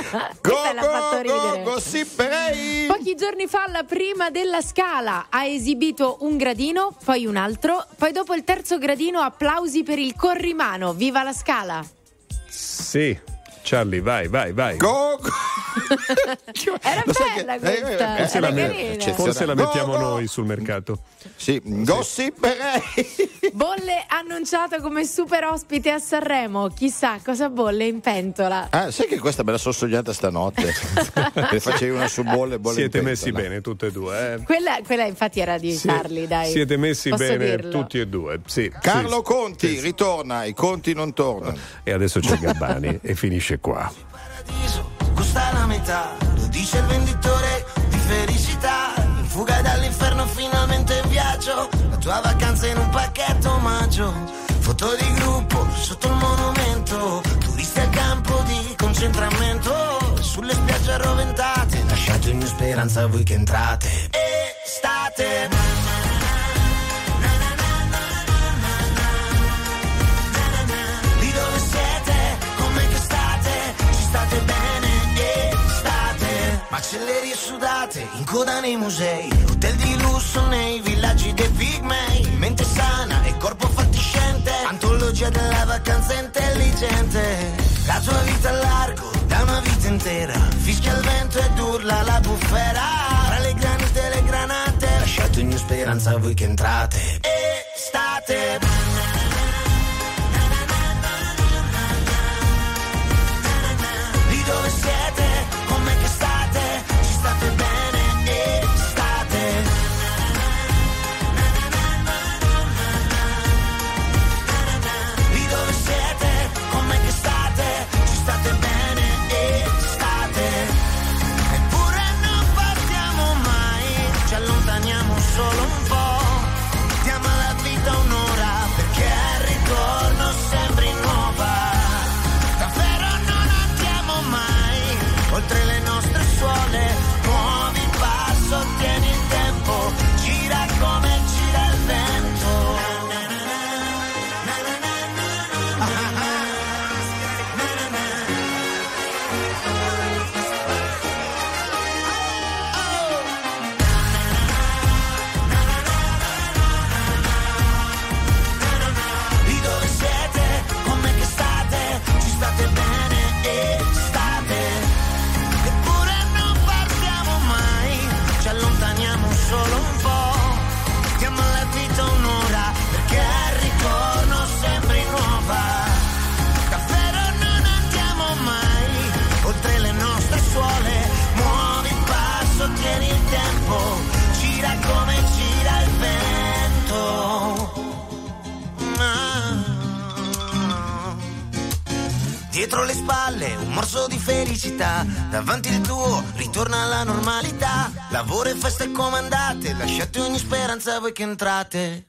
Go Sipperei! Pochi giorni fa alla prima della Scala ha esibito un gradino, poi un altro, poi dopo il terzo gradino applausi per il corrimano. Viva la Scala! Sì. Charlie, vai. Go! Era bella questa. Forse la mettiamo noi sul mercato. Sì, Gossiperei. Bolle annunciato come super ospite a Sanremo. Chissà cosa bolle in pentola. Sai che questa me la sono sognata stanotte. Che facevi una su bolle Siete in pentola. messi bene tutte e due, Quella infatti era di Charlie, dai. Siete messi Posso bene dirlo? tutti e due. Sì. Carlo Conti ritorna, i conti non tornano. E adesso c'è Gabbani e finisce qua. Costa la metà, lo dice il venditore di felicità. In fuga dall'inferno, finalmente in viaggio. La tua vacanza in un pacchetto omaggio. Foto di gruppo sotto il monumento. Turisti al campo di concentramento. Sulle spiagge arroventate. Lasciate ogni speranza a voi che entrate. Estate. Macellerie sudate, in coda nei musei, hotel di lusso nei villaggi dei pigmei, mente sana e corpo fatiscente, antologia della vacanza intelligente, la tua vita a largo da una vita intera, fischia il vento ed urla la bufera, tra le granite e le granate, lasciate ogni speranza a voi che entrate, estate. Lì dove siete, con me che state, ci state bene, estate. Lì dove siete, con me che state, ci state bene, estate. Eppure non partiamo mai, ci allontaniamo solo un po'. Diamo alla vita un'ora, perché al ritorno sembri nuova. Davvero non andiamo mai oltre le nostre suole, muovi il passo, tieni il tempo, gira come gira il vento. Lì dove siete, con me che state, ci state bene, estate. Eppure non partiamo mai, ci allontaniamo solo un po'. Diamo alla vita un'ora, perché al ritorno sembri nuova. Davvero non andiamo mai oltre le nostre suole, muovi il passo, tieni il tempo, gira come gira il vento. Dietro le spalle un morso di felicità, davanti il tuo ritorna alla normalità. Lavoro e feste comandate, lasciate ogni speranza a voi che entrate.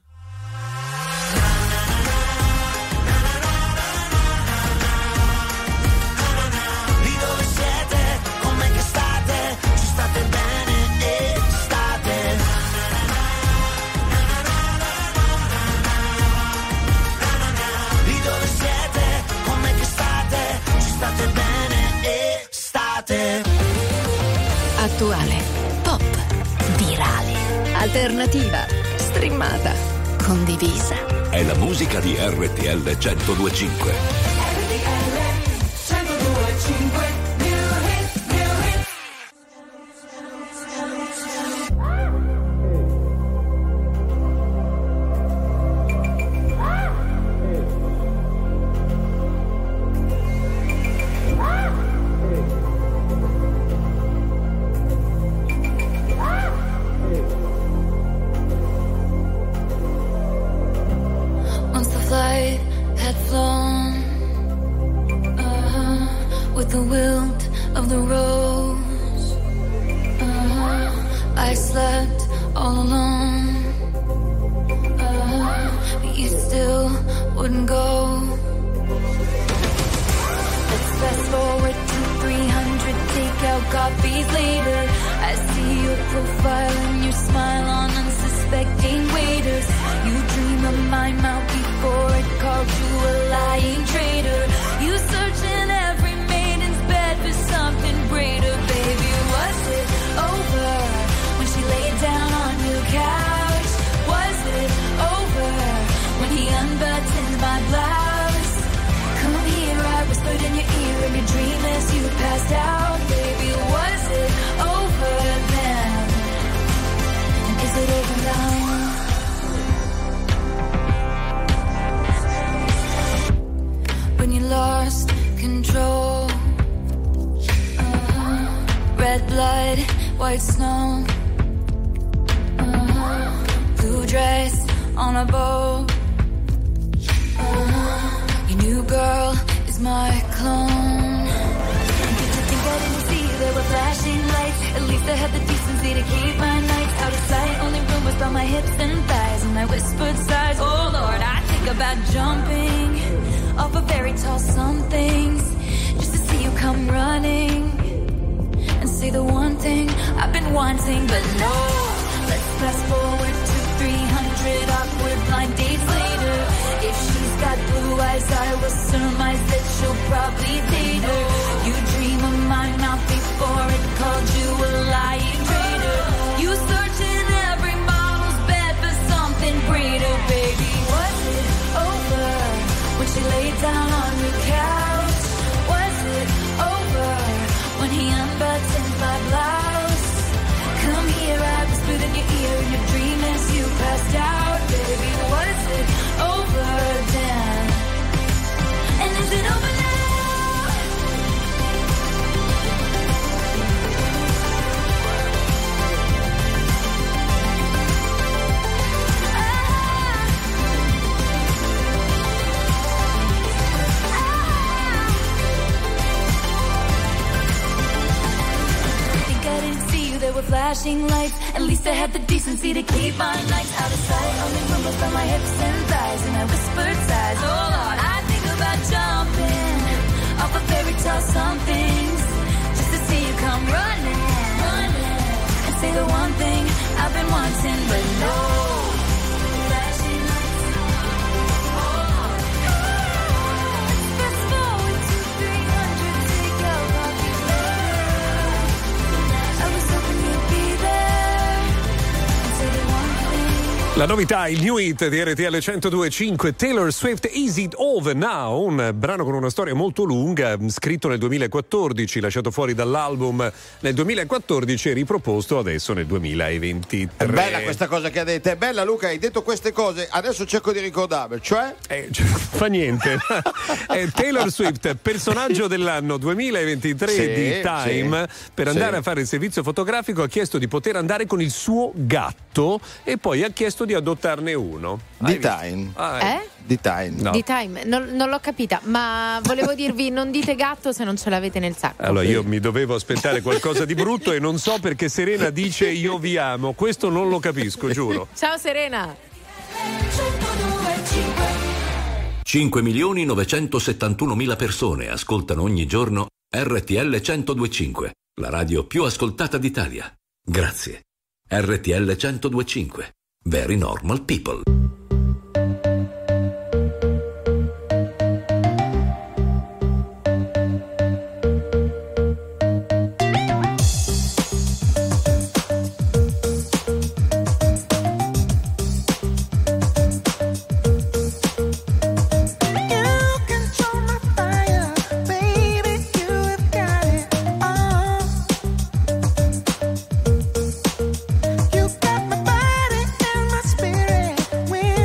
Lì dove siete, con me che state, ci state bene, estate. Lì dove siete, con me che state, ci state bene, estate. Attuale, pop, virale, alternativa, streamata, condivisa. È la musica di RTL 102.5. RTL 102.5. with the wilt of the rose. I slept all alone. But you still wouldn't go. Let's fast forward to 300 takeout coffees later. I see your profile and your smile on unsuspecting waiters. You dream of my mouth before it called you a lying traitor. You search in every maiden's bed for something greater. Baby, was it over when she laid down on your couch? Was it over when he unbuttoned my blouse? Come here, I whispered in your ear in your dream as you passed out. Baby, was it over then? Is it over now? When you lost control, red blood, white snow, blue dress on a boat. Your new girl is my clone. Did you think I didn't see there were flashing lights? At least I had the decency to keep my nights out of sight. Only rumors about my hips and thighs and my whispered sighs. Oh Lord, I think about jumping off of very tall somethings just to see you come running and say the one thing I've been wanting. But no, let's fast forward to 300 awkward blind dates later. If she's got blue eyes, I will surmise that she'll probably date her. You dream of my mouth before it called you a lying traitor. You search in every model's bed for something greater. Baby, was it over when she laid down on your couch? Was it over when he unbuttoned my blouse? Come here, I whispered in your ear in your dream as you passed out. Baby, was it over then? And is it over now? There were flashing lights. At least I had the decency to keep my nights out of sight. Only rumbles by my hips and thighs and I whispered sighs. Oh Lord, I think about jumping off of fairy tale somethings just to see you come running and say the one thing I've been wanting. But no, flashing lights. Let's fast forward to 300 takeout coffees later. I was hoping you'd be there and say the one thing. La novità, il new hit di RTL 102.5, Taylor Swift, Is It Over Now? Un brano con una storia molto lunga, scritto nel 2014, lasciato fuori dall'album nel 2014 e riproposto adesso nel 2023. È bella questa cosa che ha detto, è bella Luca, hai detto queste cose, adesso cerco di ricordarmi, cioè? Fa niente. Taylor Swift, personaggio dell'anno 2023 di Time, per andare a fare il servizio fotografico ha chiesto di poter andare con il suo gatto e poi ha chiesto di adottarne uno. Di Time. Di Time. No. Di Time, non l'ho capita, ma volevo dirvi non dite gatto se non ce l'avete nel sacco. Allora io mi dovevo aspettare qualcosa di brutto e non so perché Serena dice io vi amo, questo non lo capisco, giuro. Ciao Serena. 5.971.000 persone ascoltano ogni giorno RTL 102.5, la radio più ascoltata d'Italia. Grazie. RTL 102.5. Very normal people. You got my body and my spirit.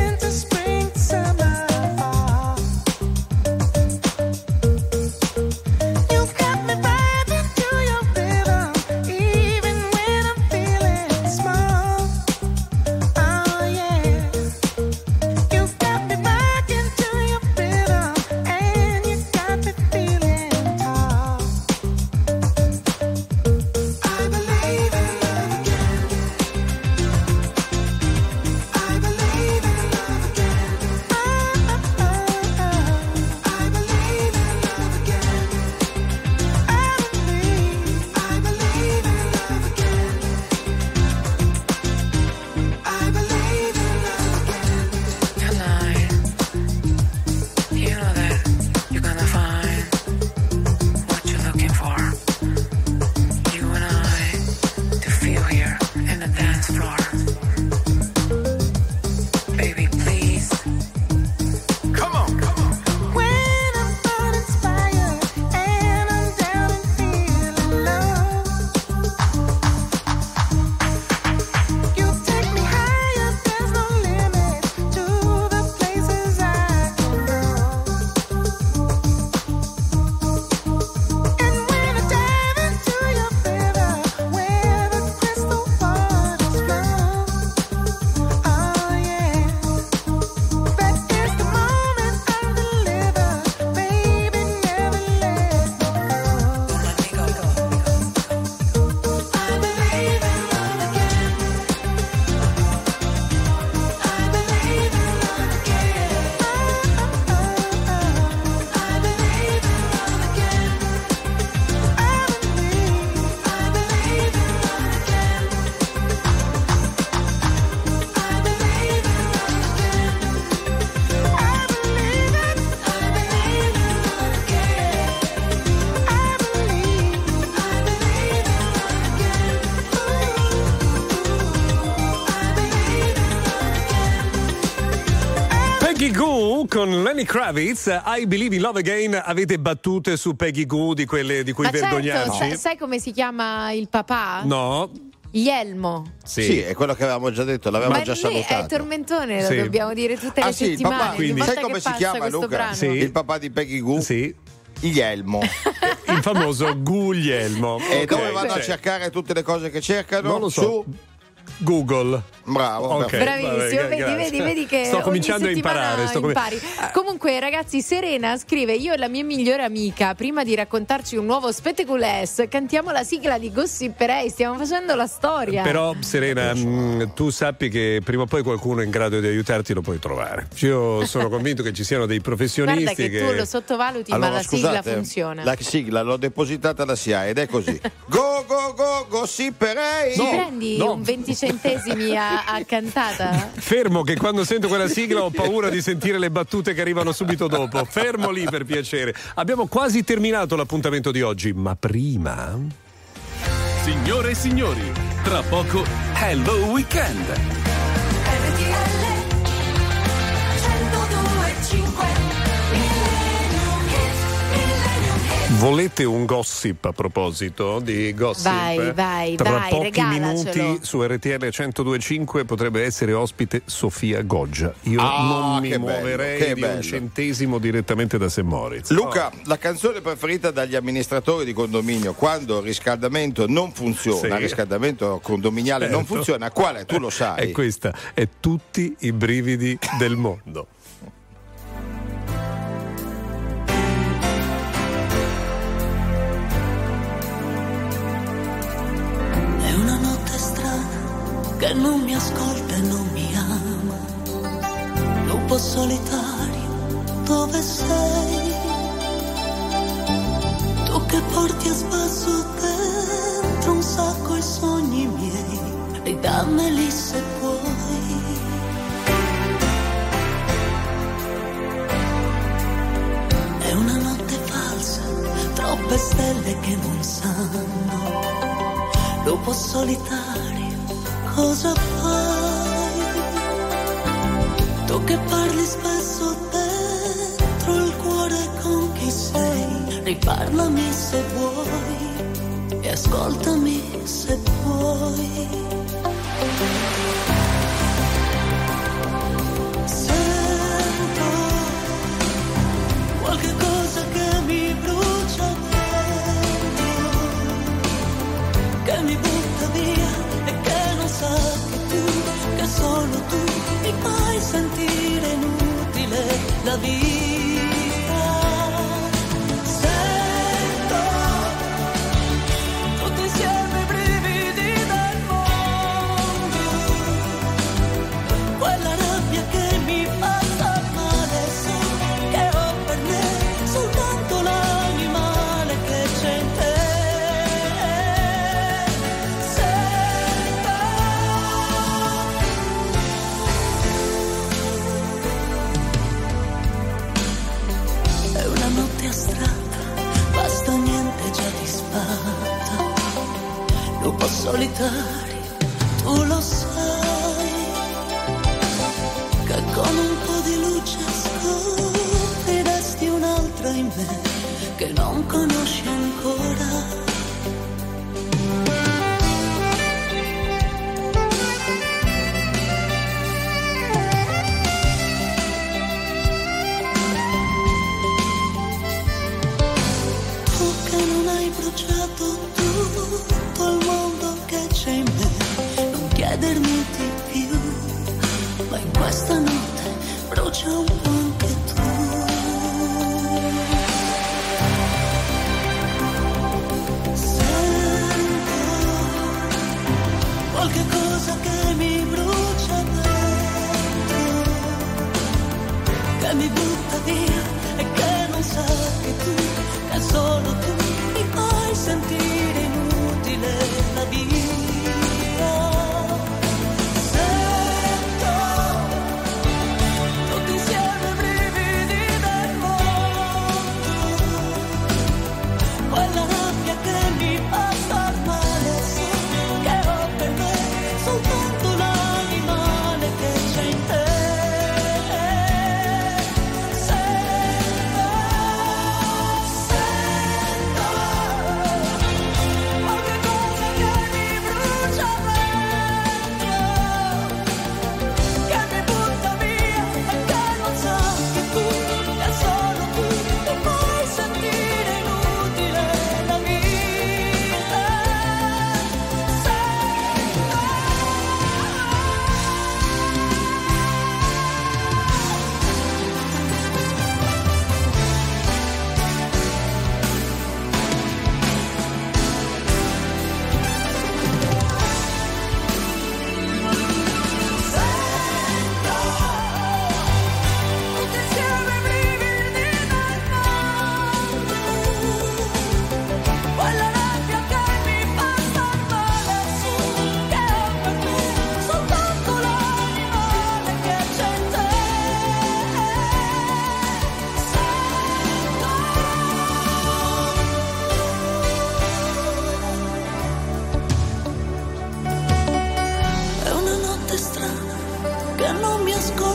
con Lenny Kravitz, I Believe in Love Again. Avete battute su Peggy Goo di quelle di cui vergognarci? Certo, sai come si chiama il papà? No. Ielmo. Sì, è quello che avevamo già detto, l'avevamo già salutato. È tormentone, lo dobbiamo dire tutte le sì, settimane. Il papà, quindi sai come si chiama, Luca? Sì. Il papà di Peggy Goo? Sì. Ielmo. Il famoso Guglielmo. E dove vanno a cercare tutte le cose che cercano? Non lo so. Su Google. Bravo, okay, bravissimo. vabbè, vedi che sto cominciando a imparare. Impari. Comunque, ragazzi, Serena scrive: io e la mia migliore amica, prima di raccontarci un nuovo Spectaculess, cantiamo la sigla di Gossiperei. Stiamo facendo la storia. Però, Serena, tu sappi che prima o poi qualcuno in grado di aiutarti lo puoi trovare. Io sono convinto che ci siano dei professionisti. Guarda che tu lo sottovaluti, allora, ma la sigla funziona. La sigla l'ho depositata alla SIA ed è così. Go go go Gossiperei. Ci prendi un 20 centesimi a cantata? Fermo, che quando sento quella sigla ho paura di sentire le battute che arrivano subito dopo. Fermo lì, per piacere. Abbiamo quasi terminato l'appuntamento di oggi, ma prima... Signore e signori, tra poco Hello Weekend. Volete un gossip a proposito di gossip? Vai, Tra pochi regalacelo. minuti su RTL 102.5 potrebbe essere ospite Sofia Goggia. Io non mi muoverei di un centesimo direttamente da St. Moritz. Luca, la canzone preferita dagli amministratori di condominio quando il riscaldamento non funziona, il riscaldamento condominiale non funziona, qual è? Tu lo sai. È questa, è Tutti i brividi del mondo. Che non mi ascolta e non mi ama, lupo solitario, dove sei? Tu che porti a spasso dentro un sacco i sogni miei, ridammeli se puoi. È una notte falsa, troppe stelle che non sanno, lupo solitario, cosa fai? Tu che parli spesso dentro il cuore con chi sei, riparlami se vuoi e ascoltami se puoi. Sento qualche cosa che mi brucia dentro, che mi butta via, sa che tu, che solo tu mi fai sentire inutile la vita. Sento tutti insieme i brividi del mondo, quella rabbia che mi fa star male, so che ho per me soltanto l'animale che c'è in te. Basta niente già disfatta, lupo solitario, tu lo sai, che con un po' di luce scopriresti un'altra in me che non conosci ancora. Tutto il mondo che c'è in me, non chiedermi di più, ma in questa notte brucia un po' anche tu. Sento qualche cosa che mi brucia dentro, che mi butta via e che non sa che tu, che solo tu mi fai sentire inutile la vita. Sento tutti insieme i brividi del mondo, quella rabbia che mi fa star male, so che ho per me soltanto l'animale che c'è in te.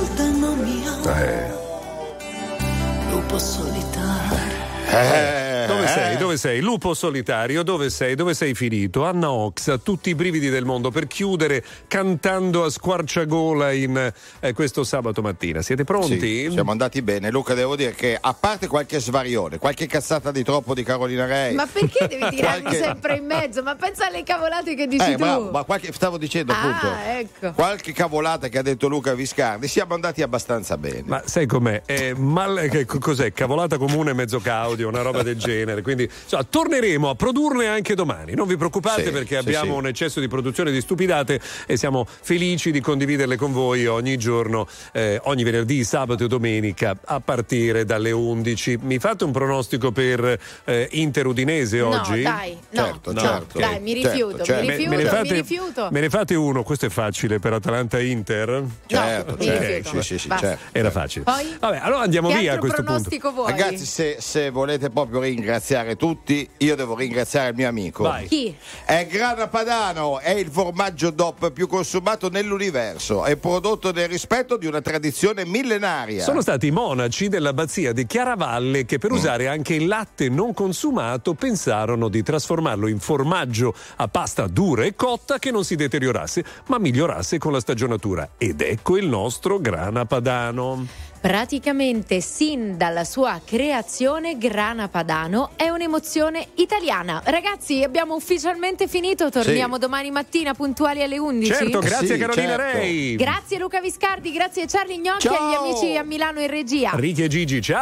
volta non mi ama. Lupo solitario. Dove sei? Lupo solitario, dove sei? Dove sei finito? Anna Ox, a tutti i brividi del mondo, per chiudere cantando a squarciagola in questo sabato mattina. Siete pronti? Sì, siamo andati bene. Luca, devo dire che a parte qualche svarione, qualche cazzata di troppo di Carolina Rei. Ma perché devi tirarmi sempre in mezzo? Ma pensa alle cavolate che dici tu. Ma stavo dicendo appunto. Ecco. Qualche cavolata che ha detto Luca Viscardi, siamo andati abbastanza bene. Ma sai com'è? Cos'è? Cavolata comune mezzo caudio, una roba del genere. Quindi torneremo a produrne anche domani. Non vi preoccupate, perché abbiamo un eccesso di produzione di stupidate e siamo felici di condividerle con voi ogni giorno, ogni venerdì, sabato e domenica a partire dalle 11. Mi fate un pronostico per Inter Udinese oggi? Dai, certo. Dai, mi rifiuto. Me ne fate uno, questo è facile, per Atalanta Inter? Certo. Era facile. Poi? Vabbè, allora andiamo via a questo punto. Pronostico vuoi? Ragazzi, se volete proprio ringraziare tutti, io devo ringraziare il mio amico. Vai. Chi? È Grana Padano, è il formaggio DOP più consumato nell'universo, è prodotto nel rispetto di una tradizione millenaria. Sono stati i monaci dell'abbazia di Chiaravalle che per usare anche il latte non consumato pensarono di trasformarlo in formaggio a pasta dura e cotta che non si deteriorasse ma migliorasse con la stagionatura, ed ecco il nostro Grana Padano. Praticamente sin dalla sua creazione Grana Padano è un'emozione italiana. Ragazzi, abbiamo ufficialmente finito, torniamo domani mattina puntuali alle 11. Certo, grazie Carolina Rei. Grazie Luca Viscardi, grazie Charlie Gnocchi e agli amici a Milano in regia. Ricky e Gigi, ciao.